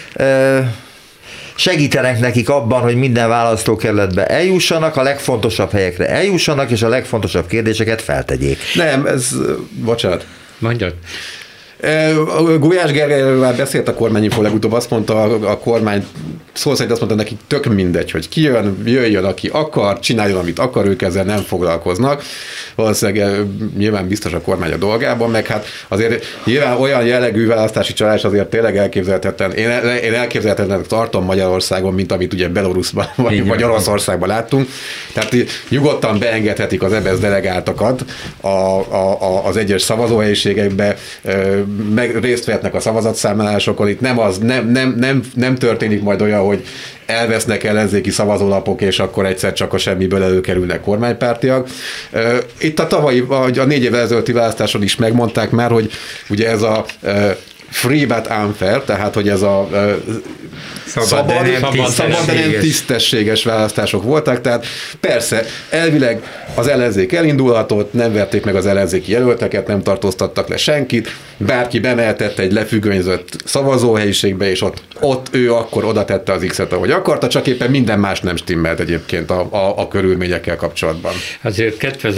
segítenek nekik abban, hogy minden választókerületbe eljussanak, a legfontosabb helyekre eljussanak, és a legfontosabb kérdéseket feltegyék. Nem, ez, bocsánat. Mondjad. Gulyás Gergelyről már beszélt a kormányinfó legutóbb, azt mondta a kormány, szó szerint azt mondta nekik, tök mindegy, hogy ki jön, jöjjön, aki akar, csináljon, amit akar, ők ezzel nem foglalkoznak. Valószínűleg nyilván biztos a kormány a dolgában, meg hát azért nyilván olyan jellegű választási csalás azért tényleg elképzelhetetlen. Én elképzelhetetlennek tartom Magyarországon, mint amit ugye Belarusban vagy Oroszországban láttunk. Tehát nyugodtan beengedhetik az EBESZ delegáltakat az egyes szavazóhelyiségekbe, meg részt vehetnek a szavazatszámlálásokon, itt nem történik majd olyan, hogy elvesznek ellenzéki szavazólapok, és akkor egyszer csak a semmiből előkerülnek kormánypártiak. Itt a 4 évvel ezelőtti választáson is megmondták már, hogy ugye ez a free but unfair, tehát hogy ez a szabad, de nem tisztességes választások voltak, tehát persze, elvileg az ellenzék elindulhatott, nem verték meg az ellenzéki jelölteket, nem tartóztattak le senkit, bárki bemehetett egy lefüggönyzött szavazóhelyiségbe, és ott ő akkor oda tette az X-et, ahogy akarta, csak éppen minden más nem stimmelt egyébként a körülményekkel kapcsolatban. Azért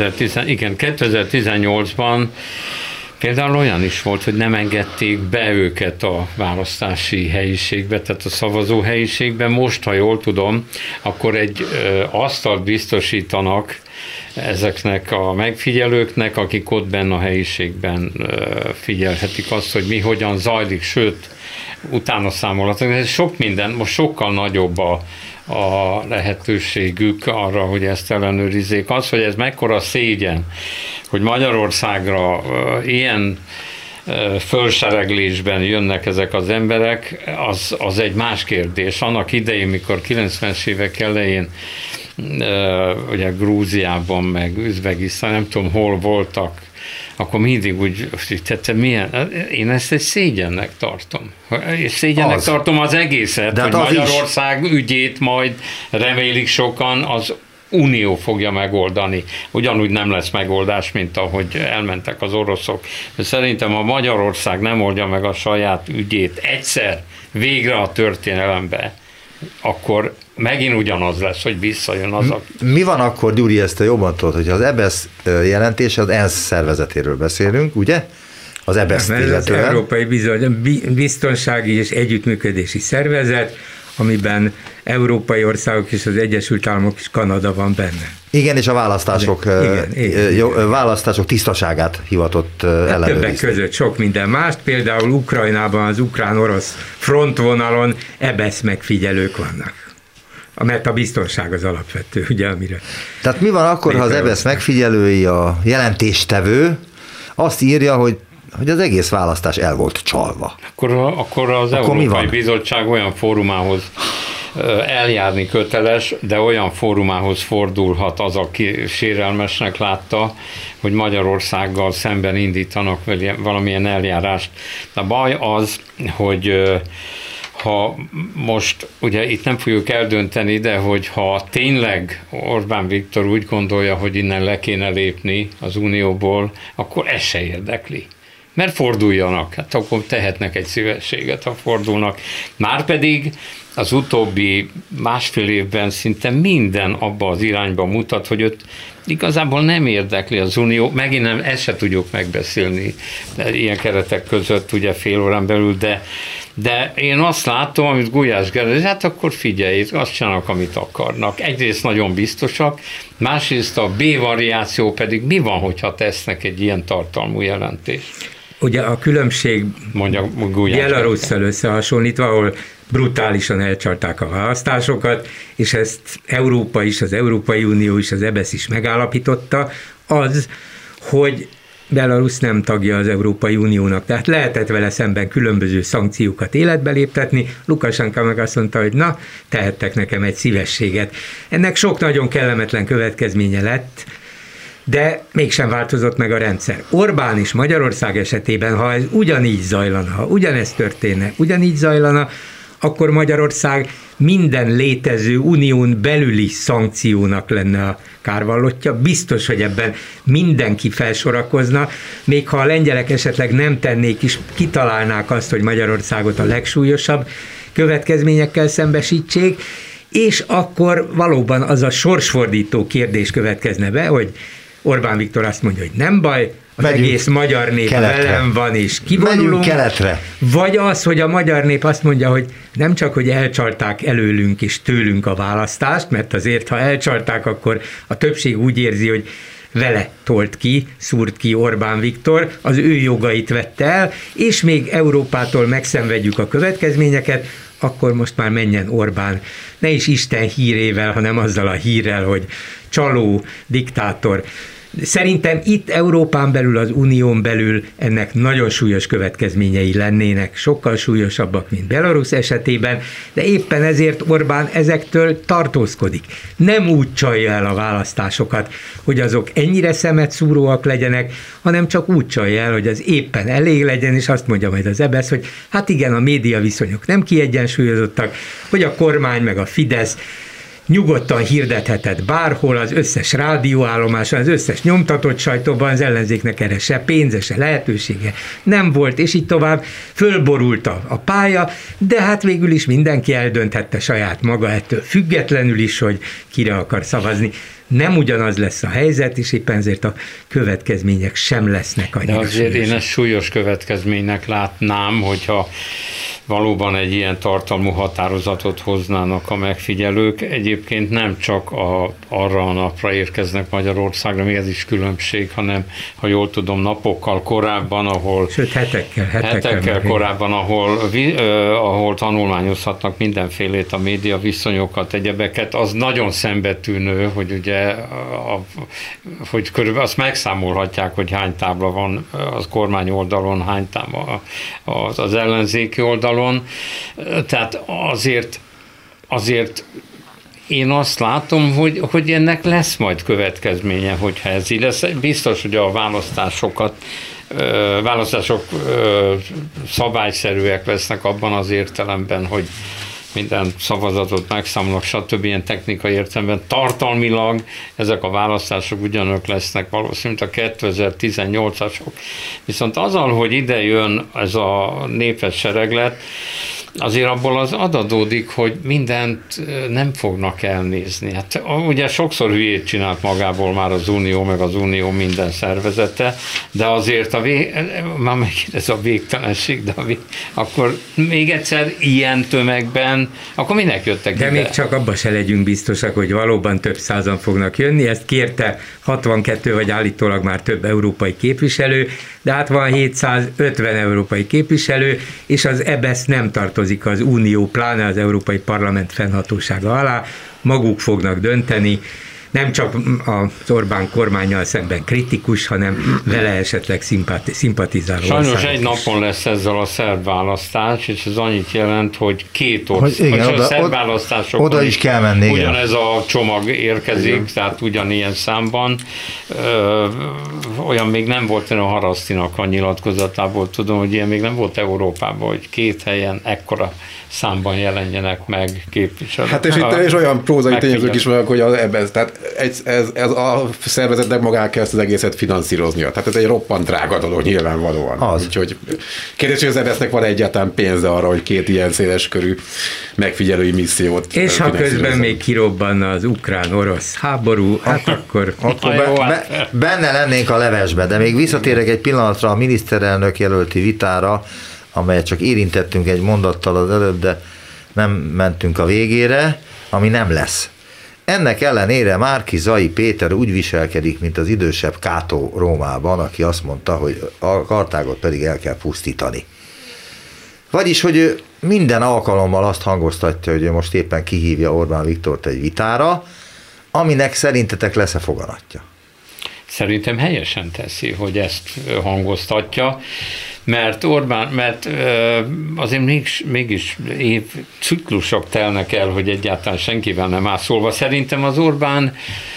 2018-ban például olyan is volt, hogy nem engedték be őket a választási helyiségbe, tehát a szavazó helyiségbe. Most, ha jól tudom, akkor egy asztalt biztosítanak ezeknek a megfigyelőknek, akik ott benne a helyiségben figyelhetik azt, hogy mi hogyan zajlik, sőt, utána számolhatok. Ez sok minden, most sokkal nagyobb a lehetőségük arra, hogy ezt ellenőrizzék. Az, hogy ez mekkora szégyen, hogy Magyarországra ilyen fölsereglésben jönnek ezek az emberek, az egy más kérdés. Annak idején, mikor 90-es évek elején ugye Grúziában, meg Üzbegisztán, nem tudom hol voltak, akkor mindig úgy tettem, én ezt egy szégyennek tartom. És szégyennek tartom az egészet, hogy Magyarország ügyét majd remélik sokan az Unió fogja megoldani. Ugyanúgy nem lesz megoldás, mint ahogy elmentek az oroszok. De szerintem, ha Magyarország nem oldja meg a saját ügyét egyszer végre a történelembe, akkor megint ugyanaz lesz, hogy visszajön az, Mi van akkor, Gyuri, ezt te jobban tudod, hogyha az EBESZ jelentése, az ENSZ szervezetéről beszélünk, ugye? Az EBESZ az Európai Biztonsági és Együttműködési Szervezet, amiben európai országok és az Egyesült Államok és Kanada van benne. Igen, és a választások tisztaságát hivatott ellenőrizni. Többek között sok minden mást, például Ukrajnában az ukrán-orosz frontvonalon EBESZ megfigyelők vannak. Mert a biztonság az alapvető, ugye, amire... Tehát mi van akkor, ha az EBESZ megfigyelői, a jelentéstevő azt írja, hogy az egész választás el volt csalva. Akkor az Európai Bizottság olyan fórumához eljárni köteles, de olyan fórumához fordulhat az, aki sérelmesnek látta, hogy Magyarországgal szemben indítanak valamilyen eljárást. A baj az, hogy ha most, ugye itt nem fogjuk eldönteni, de hogyha tényleg Orbán Viktor úgy gondolja, hogy innen le kéne lépni az Unióból, akkor ez se érdekli. Mert forduljanak, hát akkor tehetnek egy szívességet, ha fordulnak. Márpedig az utóbbi másfél évben szinte minden abba az irányba mutat, hogy őt igazából nem érdekli az Unió, megint nem, ezt se tudjuk megbeszélni ilyen keretek között, ugye fél órán belül, de én azt látom, amit Gulyás Gergely, hát akkor figyelj, azt csinálnak, amit akarnak. Egyrészt nagyon biztosak, másrészt a B-variáció pedig mi van, hogyha tesznek egy ilyen tartalmú jelentést? Ugye a különbség Belarusszal összehasonlítva, ahol brutálisan elcsalták a választásokat, és ezt Európa is, az Európai Unió is, az EBESZ is megállapította, az, hogy Belarus nem tagja az Európai Uniónak, tehát lehetett vele szemben különböző szankciókat életbe léptetni. Lukasenko meg azt mondta, hogy na, tehettek nekem egy szívességet. Ennek sok nagyon kellemetlen következménye lett, de mégsem változott meg a rendszer. Orbán is Magyarország esetében, ha ez ugyanígy zajlana, ha ugyanezt történne, ugyanígy zajlana, akkor Magyarország minden létező unión belüli szankciónak lenne a kárvallottja. Biztos, hogy ebben mindenki felsorakozna, még ha a lengyelek esetleg nem tennék is, kitalálnák azt, hogy Magyarországot a legsúlyosabb következményekkel szembesítsék, és akkor valóban az a sorsfordító kérdés következne be, hogy Orbán Viktor azt mondja, hogy nem baj, az egész magyar nép keletre. Velem van, és kivonulunk. Vagy az, hogy a magyar nép azt mondja, hogy nem csak, hogy elcsalták előlünk és tőlünk a választást, mert azért, ha elcsalták, akkor a többség úgy érzi, hogy vele tolt ki, szúrt ki Orbán Viktor, az ő jogait vette el, és még Európától megszenvedjük a következményeket, akkor most már menjen Orbán, ne is Isten hírével, hanem azzal a hírrel, hogy csaló, diktátor. Szerintem itt Európán belül, az Unión belül ennek nagyon súlyos következményei lennének, sokkal súlyosabbak, mint Belarus esetében, de éppen ezért Orbán ezektől tartózkodik. Nem úgy csalja el a választásokat, hogy azok ennyire szemetszúróak legyenek, hanem csak úgy csalja el, hogy az éppen elég legyen, és azt mondja majd az EBESZ, hogy hát igen, a média viszonyok nem kiegyensúlyozottak, hogy a kormány meg a Fidesz nyugodtan hirdethetett bárhol, az összes rádióállomáson, az összes nyomtatott sajtóban, az ellenzéknek erre se pénze, se lehetősége nem volt, és így tovább fölborult a pálya, de hát végül is mindenki eldönthette saját maga ettől függetlenül is, hogy kire akar szavazni. Nem ugyanaz lesz a helyzet, és éppen ezért a következmények sem lesznek annyira súlyos. De azért én ezt súlyos következménynek látnám, hogyha valóban egy ilyen tartalmú határozatot hoznának a megfigyelők. Egyébként nem csak arra a napra érkeznek Magyarországra, még ez is különbség, hanem, ha jól tudom, napokkal korábban, ahol... Sőt, hetekkel korábban, ahol tanulmányozhatnak mindenfélét, a média viszonyokat, egyebeket, az nagyon szembetűnő, hogy ugye, hogy körülbelül azt megszámolhatják, hogy hány tábla van az kormány oldalon, hány tábla az ellenzéki oldalon. Tehát azért én azt látom, hogy ennek lesz majd következménye, hogyha ez így lesz. Biztos, hogy a választások szabályszerűek lesznek abban az értelemben, hogy minden szavazatot megszámolnak, stb. Ilyen technikai értelemben. Tartalmilag ezek a választások ugyanök lesznek valószínűleg a 2018-asok. Viszont azzal, hogy ide jön ez a népes sereglet, azért abból az adódik, hogy mindent nem fognak elnézni. Hát ugye sokszor hülyét csinált magából már az Unió, meg az Unió minden szervezete, de azért már megint ez a végtelenség, de akkor még egyszer ilyen tömegben, akkor minek jöttek de ide? Még csak abban se legyünk biztosak, hogy valóban több százan fognak jönni, ezt kérte 62 vagy állítólag már több európai képviselő, de hát van 750 európai képviselő, és az EBESZ nem tartozik az Unió, pláne az Európai Parlament fennhatósága alá, maguk fognak dönteni, nem csak az Orbán kormánnyal szemben kritikus, hanem vele esetleg szimpatizáló. Sajnos egy napon lesz ezzel a szerb választás, és ez annyit jelent, hogy két ország, a szerb választásokon oda is kell menni. Ugyanez a csomag érkezik, igen. Tehát ugyanilyen számban. olyan még nem volt, a Harasztinak a nyilatkozatából tudom, hogy ilyen még nem volt Európában, hogy 2 helyen ekkora számban jelenjenek meg képviselők. Hát és itt és olyan prózai tényezők is vannak, hogy ez a szervezetnek magán kell ezt az egészet finanszíroznia. Tehát ez egy roppant drága dolog nyilvánvalóan. Úgyhogy kérdés, hogy az EBS-nek van egyáltalán pénze arra, hogy 2 ilyen széles körű megfigyelői missziót. És ha közben még kirobbanna az ukrán-orosz háború, hát akkor benne lennénk a levesbe, de még visszatérek egy pillanatra a miniszterelnök jelölti vitára, amelyet csak érintettünk egy mondattal az előbb, de nem mentünk a végére, ami nem lesz. Ennek ellenére Márki-Zay Péter úgy viselkedik, mint az idősebb Kátó Rómában, aki azt mondta, hogy a Kartágot pedig el kell pusztítani. Vagyis, hogy ő minden alkalommal azt hangoztatja, hogy ő most éppen kihívja Orbán Viktort egy vitára, aminek szerintetek lesz-e foganatja? Szerintem helyesen teszi, hogy ezt hangoztatja, mert azért mégis ciklusok telnek el, hogy egyáltalán senkivel nem áll szólva. Szerintem az Orbán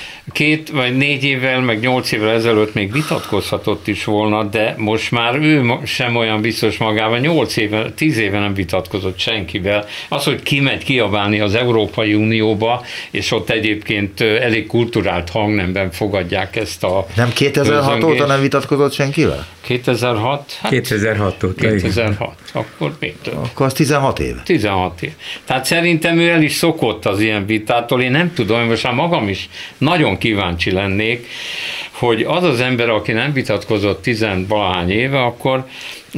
2 vagy 4 évvel, meg 8 évvel ezelőtt még vitatkozhatott is volna, de most már ő sem olyan biztos magában, 10 éve nem vitatkozott senkivel. Az, hogy kimegy kiabálni az Európai Unióba, és ott egyébként elég kulturált hangnemben fogadják ezt a... Nem 2006 óta nem vitatkozott senkivel? 2006? Hát 2006 óta. 2006. Akkor még több. Akkor az 16 év. 16 év. Tehát szerintem ő el is szokott az ilyen vitától. Én nem tudom, most már magam is nagyon kíváncsi lennék, hogy az az ember, aki nem vitatkozott 10-valahány éve, akkor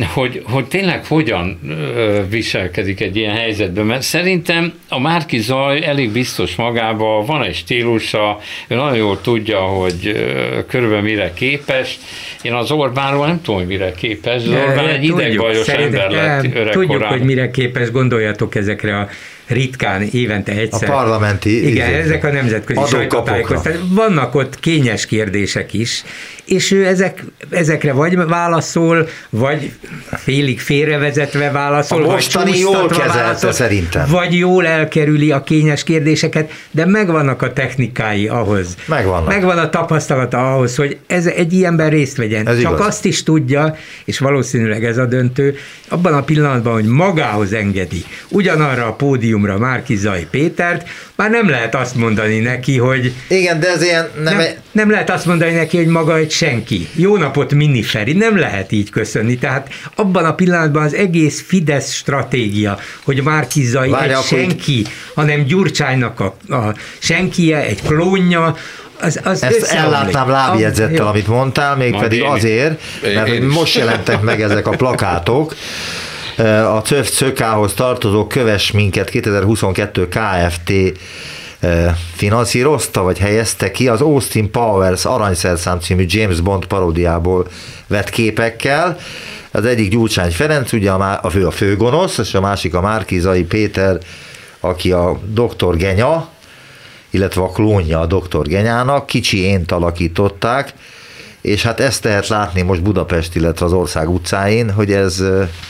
hogy tényleg hogyan viselkedik egy ilyen helyzetben, mert szerintem a Márki-Zay elég biztos magában, van egy stílusa, ő nagyon jól tudja, hogy körülbelül mire képes. Én az Orbánról nem tudom, hogy mire képes, az Orbán egy idegbajos ember lett öregkorán. Tudjuk, hogy mire képes, gondoljatok ezekre a ritkán évente egyszer. A parlamenti... Igen, ezek a nemzetközi sajtótájékoztatások. Vannak ott kényes kérdések is, és ő ezekre vagy válaszol, vagy félig félrevezetve válaszol, a mostani jól kezelte szerintem. Vagy jól elkerüli a kényes kérdéseket, de megvannak a technikái ahhoz. Megvan a tapasztalata ahhoz, hogy egy ilyenben részt vegyen. Ez csak igaz. azt is tudja, és valószínűleg ez a döntő, abban a pillanatban, hogy magához engedi ugyanarra a pódiumra Márki-Zay Pétert, már nem lehet azt mondani neki, hogy... Igen, de ez ilyen... Nem lehet azt mondani neki, hogy maga egy senki. Jó napot, Mini Feri. Nem lehet így köszönni. Tehát abban a pillanatban az egész Fidesz stratégia, hogy Márki-Zay egy senki, hanem Gyurcsánynak a senkije, egy klónja, az ezt ellátnám lábjegyzettel, amit mondtál, mégpedig azért, mert most jelentek meg ezek a plakátok, a CÖF-CÖK-hoz tartozó Kövess minket 2022 Kft. Finanszírozta, vagy helyezte ki az Austin Powers Aranyszerszám című James Bond paródiából vett képekkel. Az egyik Gyurcsány Ferenc, ugye a főgonosz, és a másik a Márki-Zay Péter, aki a Dr. Genya, illetve a klónja a Dr. Genyának, kicsi ént alakították, és hát ezt lehet látni most Budapest, illetve az ország utcáin, hogy ez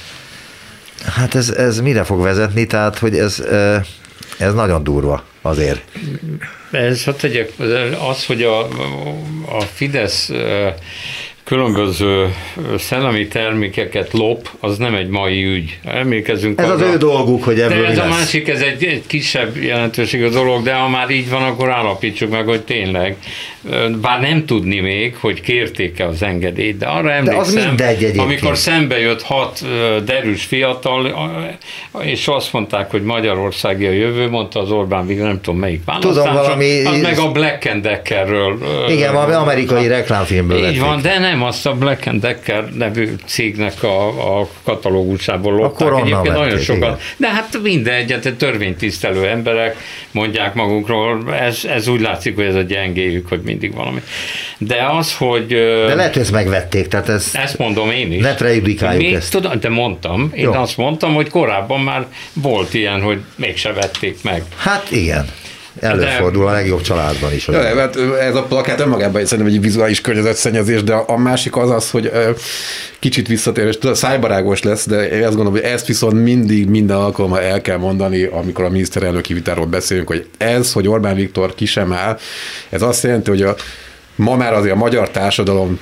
mire fog vezetni, tehát hogy ez nagyon durva azért. Ez az, hogy a Fidesz különböző szellemi termékeket lop, az nem egy mai ügy. Emlékezzünk ez arra. Az ő dolguk, hogy ebből de ez a másik, ez egy kisebb jelentőségű dolog, de ha már így van, akkor állapítsuk meg, hogy tényleg, bár nem tudni még, hogy kérték-e az engedélyt, de arra emlékszem, amikor szembe jött 6 derűs fiatal, és azt mondták, hogy Magyarországi a jövő, mondta az Orbán Viktor, nem tudom melyik választáson, az meg a Black and Deckerről. Igen, valami amerikai reklámfilmből így van, de nem, azt a Black and Decker nevű cégnek a katalógusából lopták egyébként nagyon sokat. Igen. De hát mindegy, törvénytisztelő emberek mondják magukról, ez úgy látszik, hogy ez a gyengéjük, hogy mindig valami. De az, hogy... De lehet, hogy ezt megvették, tehát ezt mondom én is. Ne prejudikáljuk ezt. Tudom, de mondtam, én azt mondtam, hogy korábban már volt ilyen, hogy mégse vették meg. Hát igen. Előfordul a legjobb családban is. Ja, hát ez a plakát önmagában szerintem egy vizuális környezetszennyezés, de a másik az, hogy kicsit visszatér, és szájbarágos lesz, de én azt gondolom, hogy ezt viszont mindig minden alkalommal el kell mondani, amikor a miniszterelnöki vitáról beszélünk, hogy ez, hogy Orbán Viktor ki sem áll, ez azt jelenti, hogy ma már azért a magyar társadalom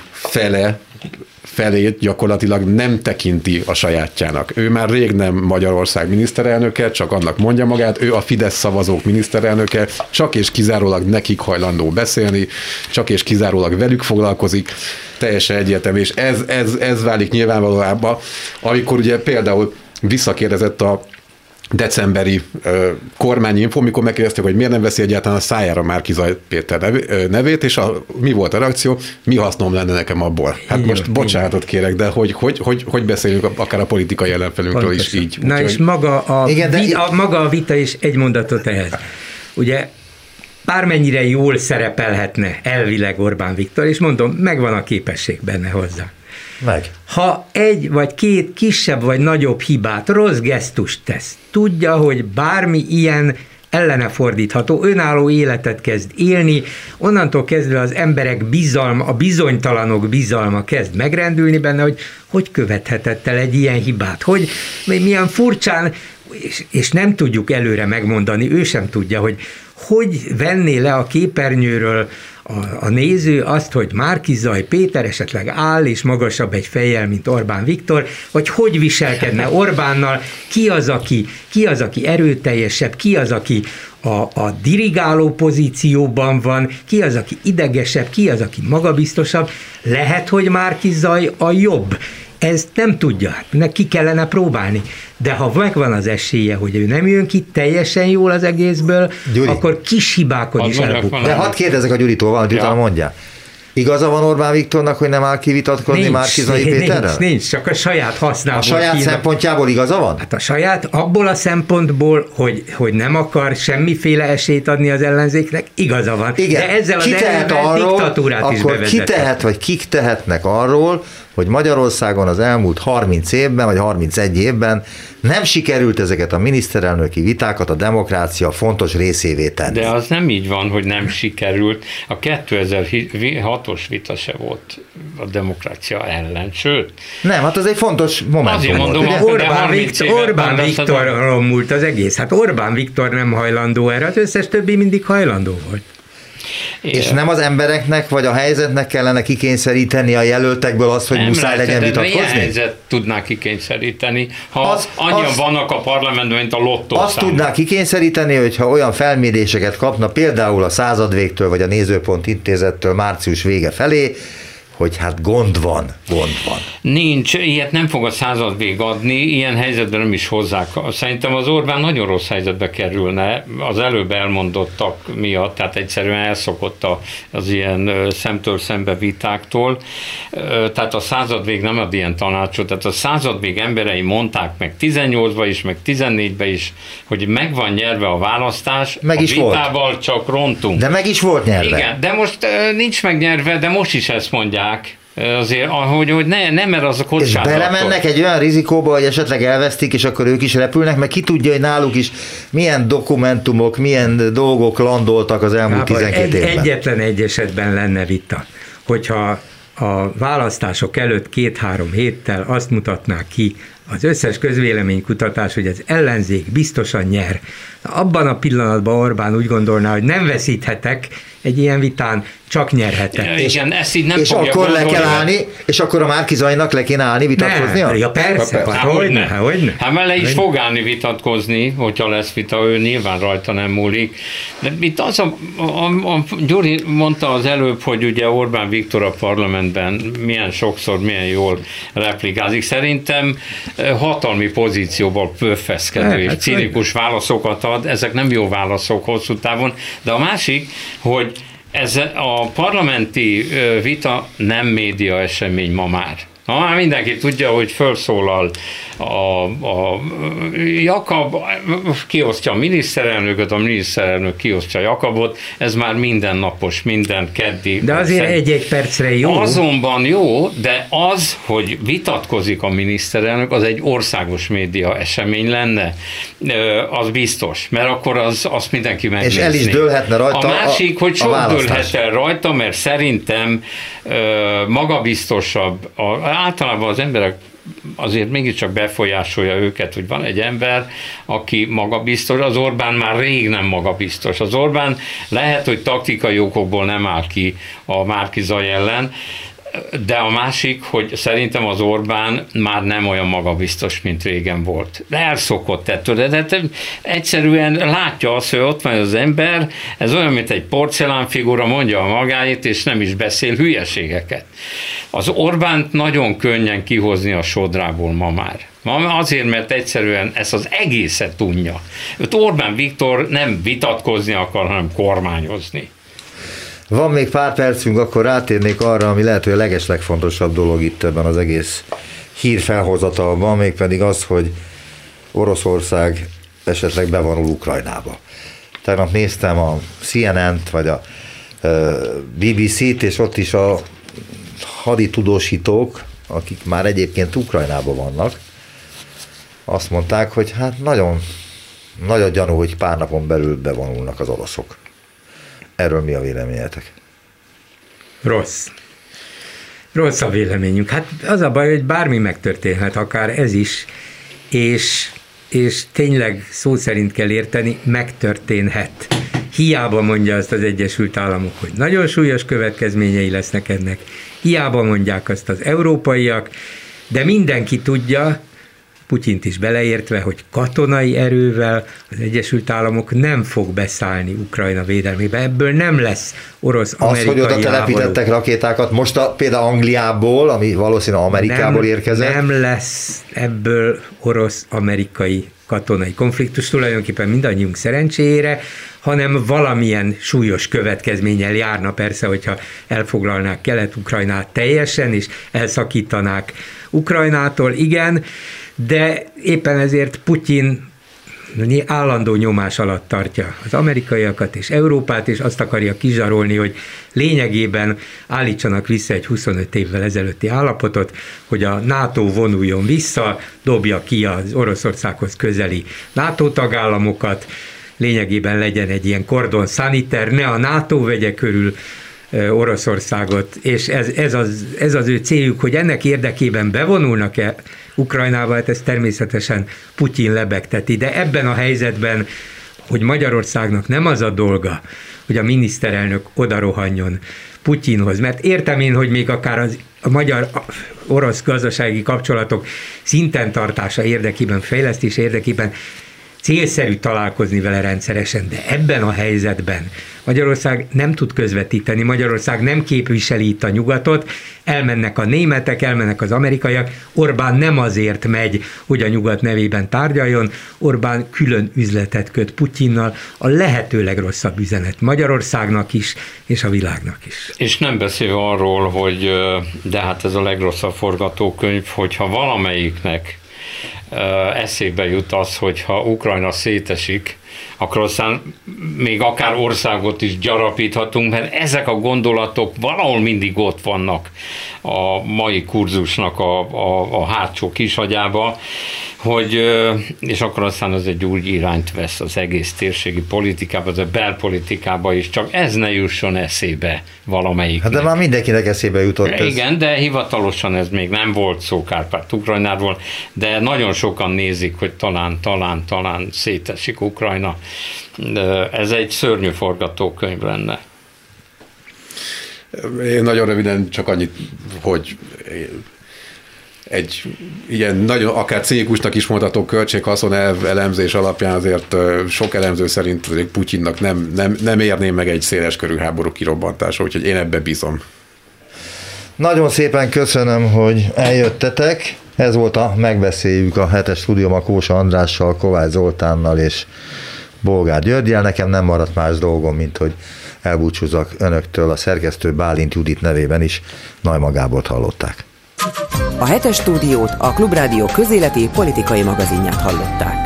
felét gyakorlatilag nem tekinti a sajátjának. Ő már rég nem Magyarország miniszterelnöke, csak annak mondja magát, ő a Fidesz szavazók miniszterelnöke, csak és kizárólag nekik hajlandó beszélni, csak és kizárólag velük foglalkozik, teljesen egyértelmű, és ez válik nyilvánvalóan, amikor ugye például visszakérdezett a decemberi kormányinfo, amikor megkérdezték, hogy miért nem veszi egyáltalán a szájára Márki-Zay Péter nevét, és mi volt a reakció? Mi hasznom lenne nekem abból? Hát igen, most bocsánatot kérek, de hogy beszéljünk akár a politikai ellenfelünkről is így. Na és maga a vita is egy mondatot ehhez. Ugye bármennyire jól szerepelhetne elvileg Orbán Viktor, és mondom, megvan a képesség benne hozzá. Meg. Ha egy vagy két kisebb vagy nagyobb hibát, rossz gesztust tesz, tudja, hogy bármi ilyen ellene fordítható, önálló életet kezd élni, onnantól kezdve az emberek bizalma, a bizonytalanok bizalma kezd megrendülni benne, hogy követhetett el egy ilyen hibát, hogy milyen furcsán, és nem tudjuk előre megmondani, ő sem tudja, hogy venné le a képernyőről a néző azt, hogy Márki-Zay Péter esetleg áll és magasabb egy fejjel, mint Orbán Viktor, vagy hogy viselkedne Orbánnal, ki az, aki erőteljesebb, ki az, aki a dirigáló pozícióban van, ki az, aki idegesebb, ki az, aki magabiztosabb. Lehet, hogy Márki-Zay a jobb. Ezt nem tudja, neki kellene próbálni. De ha megvan az esélye, hogy ő nem jön ki teljesen jól az egészből, Gyuri, akkor kis hibákon is elbuknak. De hadd kérdezek a Gyuritól valamit, utána mondja. Igaza van Orbán Viktornak, hogy nem áll ki vitatkozni Márki-Zay Péterrel? Nincs, csak a saját hasznából. A saját szempontjából igaza van? Hát a saját, abból a szempontból, hogy nem akar semmiféle esélyt adni az ellenzéknek, igaza van. Igen. De ezzel az diktatúrát is bevezetett. Ki tehet, vagy kik tehetnek arról, hogy Magyarországon az elmúlt 30 évben, vagy 31 évben nem sikerült ezeket a miniszterelnöki vitákat a demokrácia fontos részévé tenni. De az nem így van, hogy nem sikerült. A 2006-os vita se volt a demokrácia ellen, sőt. Nem, hát az egy fontos momentum volt. Mondom, Orbán Viktorról múlt az egész. Hát Orbán Viktor nem hajlandó erre, az összes többi mindig hajlandó volt. És nem az embereknek, vagy a helyzetnek kellene kikényszeríteni a jelöltekből azt, hogy nem muszáj legyen vitatkozni? Milyen helyzet tudná kikényszeríteni, ha annyian vannak a parlamentben, mint a lottó azt tudná kikényszeríteni, hogyha olyan felméréseket kapna, például a Századvégtől, vagy a Nézőpont Intézettől március vége felé, hogy hát gond van. Nincs, ilyet nem fog a Századvég adni, ilyen helyzetben nem is hozzák. Szerintem az Orbán nagyon rossz helyzetbe kerülne az előbb elmondottak miatt, tehát egyszerűen elszokott az ilyen szemtől szembe vitáktól. Tehát a Századvég nem ad ilyen tanácsot, tehát a Századvég emberei mondták meg 18-ban is, meg 14-ben is, hogy meg van nyerve a választás, meg a is vitával volt. Csak rontunk. De meg is volt nyerve. Igen, de most nincs megnyerve, de most is ezt mondják. Azért, hogy nem, mert az a kockázatos. És belemennek egy olyan rizikóba, hogy esetleg elvesztik, és akkor ők is repülnek, meg ki tudja, hogy náluk is milyen dokumentumok, milyen dolgok landoltak az elmúlt 12 évben. Egyetlen egy esetben lenne vita, hogyha a választások előtt 2-3 héttel azt mutatnák ki az összes közvéleménykutatás, hogy az ellenzék biztosan nyer. Abban a pillanatban Orbán úgy gondolná, hogy nem veszíthetek egy ilyen vitán, csak nyerhetek. Igen, ezt így nem és akkor le kell állni, és akkor a Márki-Zaynak le kéne állni vitatkoznia? Ja persze, hogyne. Hát már le is fog állni vitatkozni, hogyha lesz vita, ő nyilván rajta nem múlik. De itt az a Gyuri mondta az előbb, hogy ugye Orbán Viktor a parlamentben milyen sokszor, milyen jól replikázik. Szerintem hatalmi pozícióval pöffeszkedő és cinikus válaszokat ad, ezek nem jó válaszok hosszú távon, de a másik, hogy ez a parlamenti vita nem média esemény ma már. Már mindenki tudja, hogy felszólal a Jakab, kiosztja a miniszterelnököt, a miniszterelnök kiosztja Jakabot, ez már mindennapos, minden keddi. De azért egy percre jó. Azonban jó, de az, hogy vitatkozik a miniszterelnök, az egy országos média esemény lenne, az biztos, mert akkor azt mindenki megnézni. És el is dőlhetne rajta a másik, hogy sok dőlhet el rajta, mert szerintem magabiztosabb, általában az emberek azért mégiscsak befolyásolja őket, hogy van egy ember, aki magabiztos, az Orbán már rég nem magabiztos. Az Orbán lehet, hogy taktikai okokból nem áll ki a Márki-Zay ellen, de a másik, hogy szerintem az Orbán már nem olyan magabiztos, mint régen volt. De elszokott ettől, de egyszerűen látja azt, hogy ott van az ember, ez olyan, mint egy porcelánfigura, mondja a magáét, és nem is beszél hülyeségeket. Az Orbánt nagyon könnyen kihozni a sodrából ma már. Azért, mert egyszerűen ezt az egészet tudja. Orbán Viktor nem vitatkozni akar, hanem kormányozni. Van még pár percünk, akkor rátérnék arra, ami lehet, hogy a legeslegfontosabb dolog itt ebben az egész hírfelhozatalban, mégpedig az, hogy Oroszország esetleg bevonul Ukrajnába. Tegnap néztem a CNN-t, vagy a BBC-t, és ott is a haditudósítók, akik már egyébként Ukrajnában vannak, azt mondták, hogy hát nagyon, nagyon gyanú, hogy pár napon belül bevonulnak az oroszok. Erről mi a véleményetek? Rossz a véleményünk. Hát az a baj, hogy bármi megtörténhet, akár ez is, és tényleg szó szerint kell érteni, megtörténhet. Hiába mondja azt az Egyesült Államok, hogy nagyon súlyos következményei lesznek ennek. Hiába mondják azt az európaiak, de mindenki tudja, Putyint is beleértve, hogy katonai erővel az Egyesült Államok nem fog beszállni Ukrajna védelmébe. Ebből nem lesz orosz-amerikai háború. Az, hogy oda telepítettek rakétákat, most például Angliából, ami valószínűleg Amerikából érkezett. Nem lesz ebből orosz-amerikai katonai konfliktus, tulajdonképpen mindannyiunk szerencséjére, hanem valamilyen súlyos következménnyel járna persze, hogyha elfoglalnák Kelet-Ukrajnát teljesen, és elszakítanák Ukrajnától, igen, de éppen ezért Putyin állandó nyomás alatt tartja az amerikaiakat és Európát, és azt akarja kizsarolni, hogy lényegében állítsanak vissza egy 25 évvel ezelőtti állapotot, hogy a NATO vonuljon vissza, dobja ki az Oroszországhoz közeli NATO tagállamokat, lényegében legyen egy ilyen kordon szaniter, ne a NATO vegye körül Oroszországot, és ez az ő céljuk, hogy ennek érdekében bevonulnak-e Ukrajnába, hát ez természetesen Putyin lebegteti, de ebben a helyzetben, hogy Magyarországnak nem az a dolga, hogy a miniszterelnök odarohanjon Putyinhoz, mert értem én, hogy még akár a magyar-orosz gazdasági kapcsolatok szinten tartása érdekében, fejlesztés érdekében célszerű találkozni vele rendszeresen, de ebben a helyzetben Magyarország nem tud közvetíteni, Magyarország nem képviseli itt a nyugatot, elmennek a németek, elmennek az amerikaiak, Orbán nem azért megy, hogy a nyugat nevében tárgyaljon, Orbán külön üzletet köt Putyinnal, a lehető legrosszabb üzenet Magyarországnak is, és a világnak is. És nem beszélve arról, hogy de hát ez a legrosszabb forgatókönyv, hogyha valamelyiknek eszébe jut az, hogyha Ukrajna szétesik, akkor aztán még akár országot is gyarapíthatunk, mert ezek a gondolatok valahol mindig ott vannak a mai kurzusnak a hátsó kisagyába, hogy, és akkor aztán az egy úgy irányt vesz az egész térségi politikába, az a belpolitikába is, csak ez ne jusson eszébe valamelyiknek. Hát de már mindenkinek eszébe jutott ez. Igen, de hivatalosan ez még nem volt szó Kárpát-Ukrajnáról, de nagyon sokan nézik, hogy talán szétesik Ukrajna. Ez egy szörnyű forgatókönyv lenne. Én nagyon röviden csak annyit, hogy egy ilyen nagyon, akár cinikusnak is mondható költséghaszon elemzés alapján azért sok elemző szerint Putyinnak nem érné meg egy széleskörű háború kirobbantása, úgyhogy én ebbe bízom. Nagyon szépen köszönöm, hogy eljöttetek. Ez volt a Megbeszéljük a hetes stúdióban Kósa Andrással, Kovács Zoltánnal és Bolgár Györggyel. Nekem nem maradt más dolgom, mint hogy elbúcsúzzak önöktől, a szerkesztő Bálint Judit nevében is. Neumann Gábort hallották. A hetes stúdiót, a Klubrádió közéleti politikai magazinját hallották.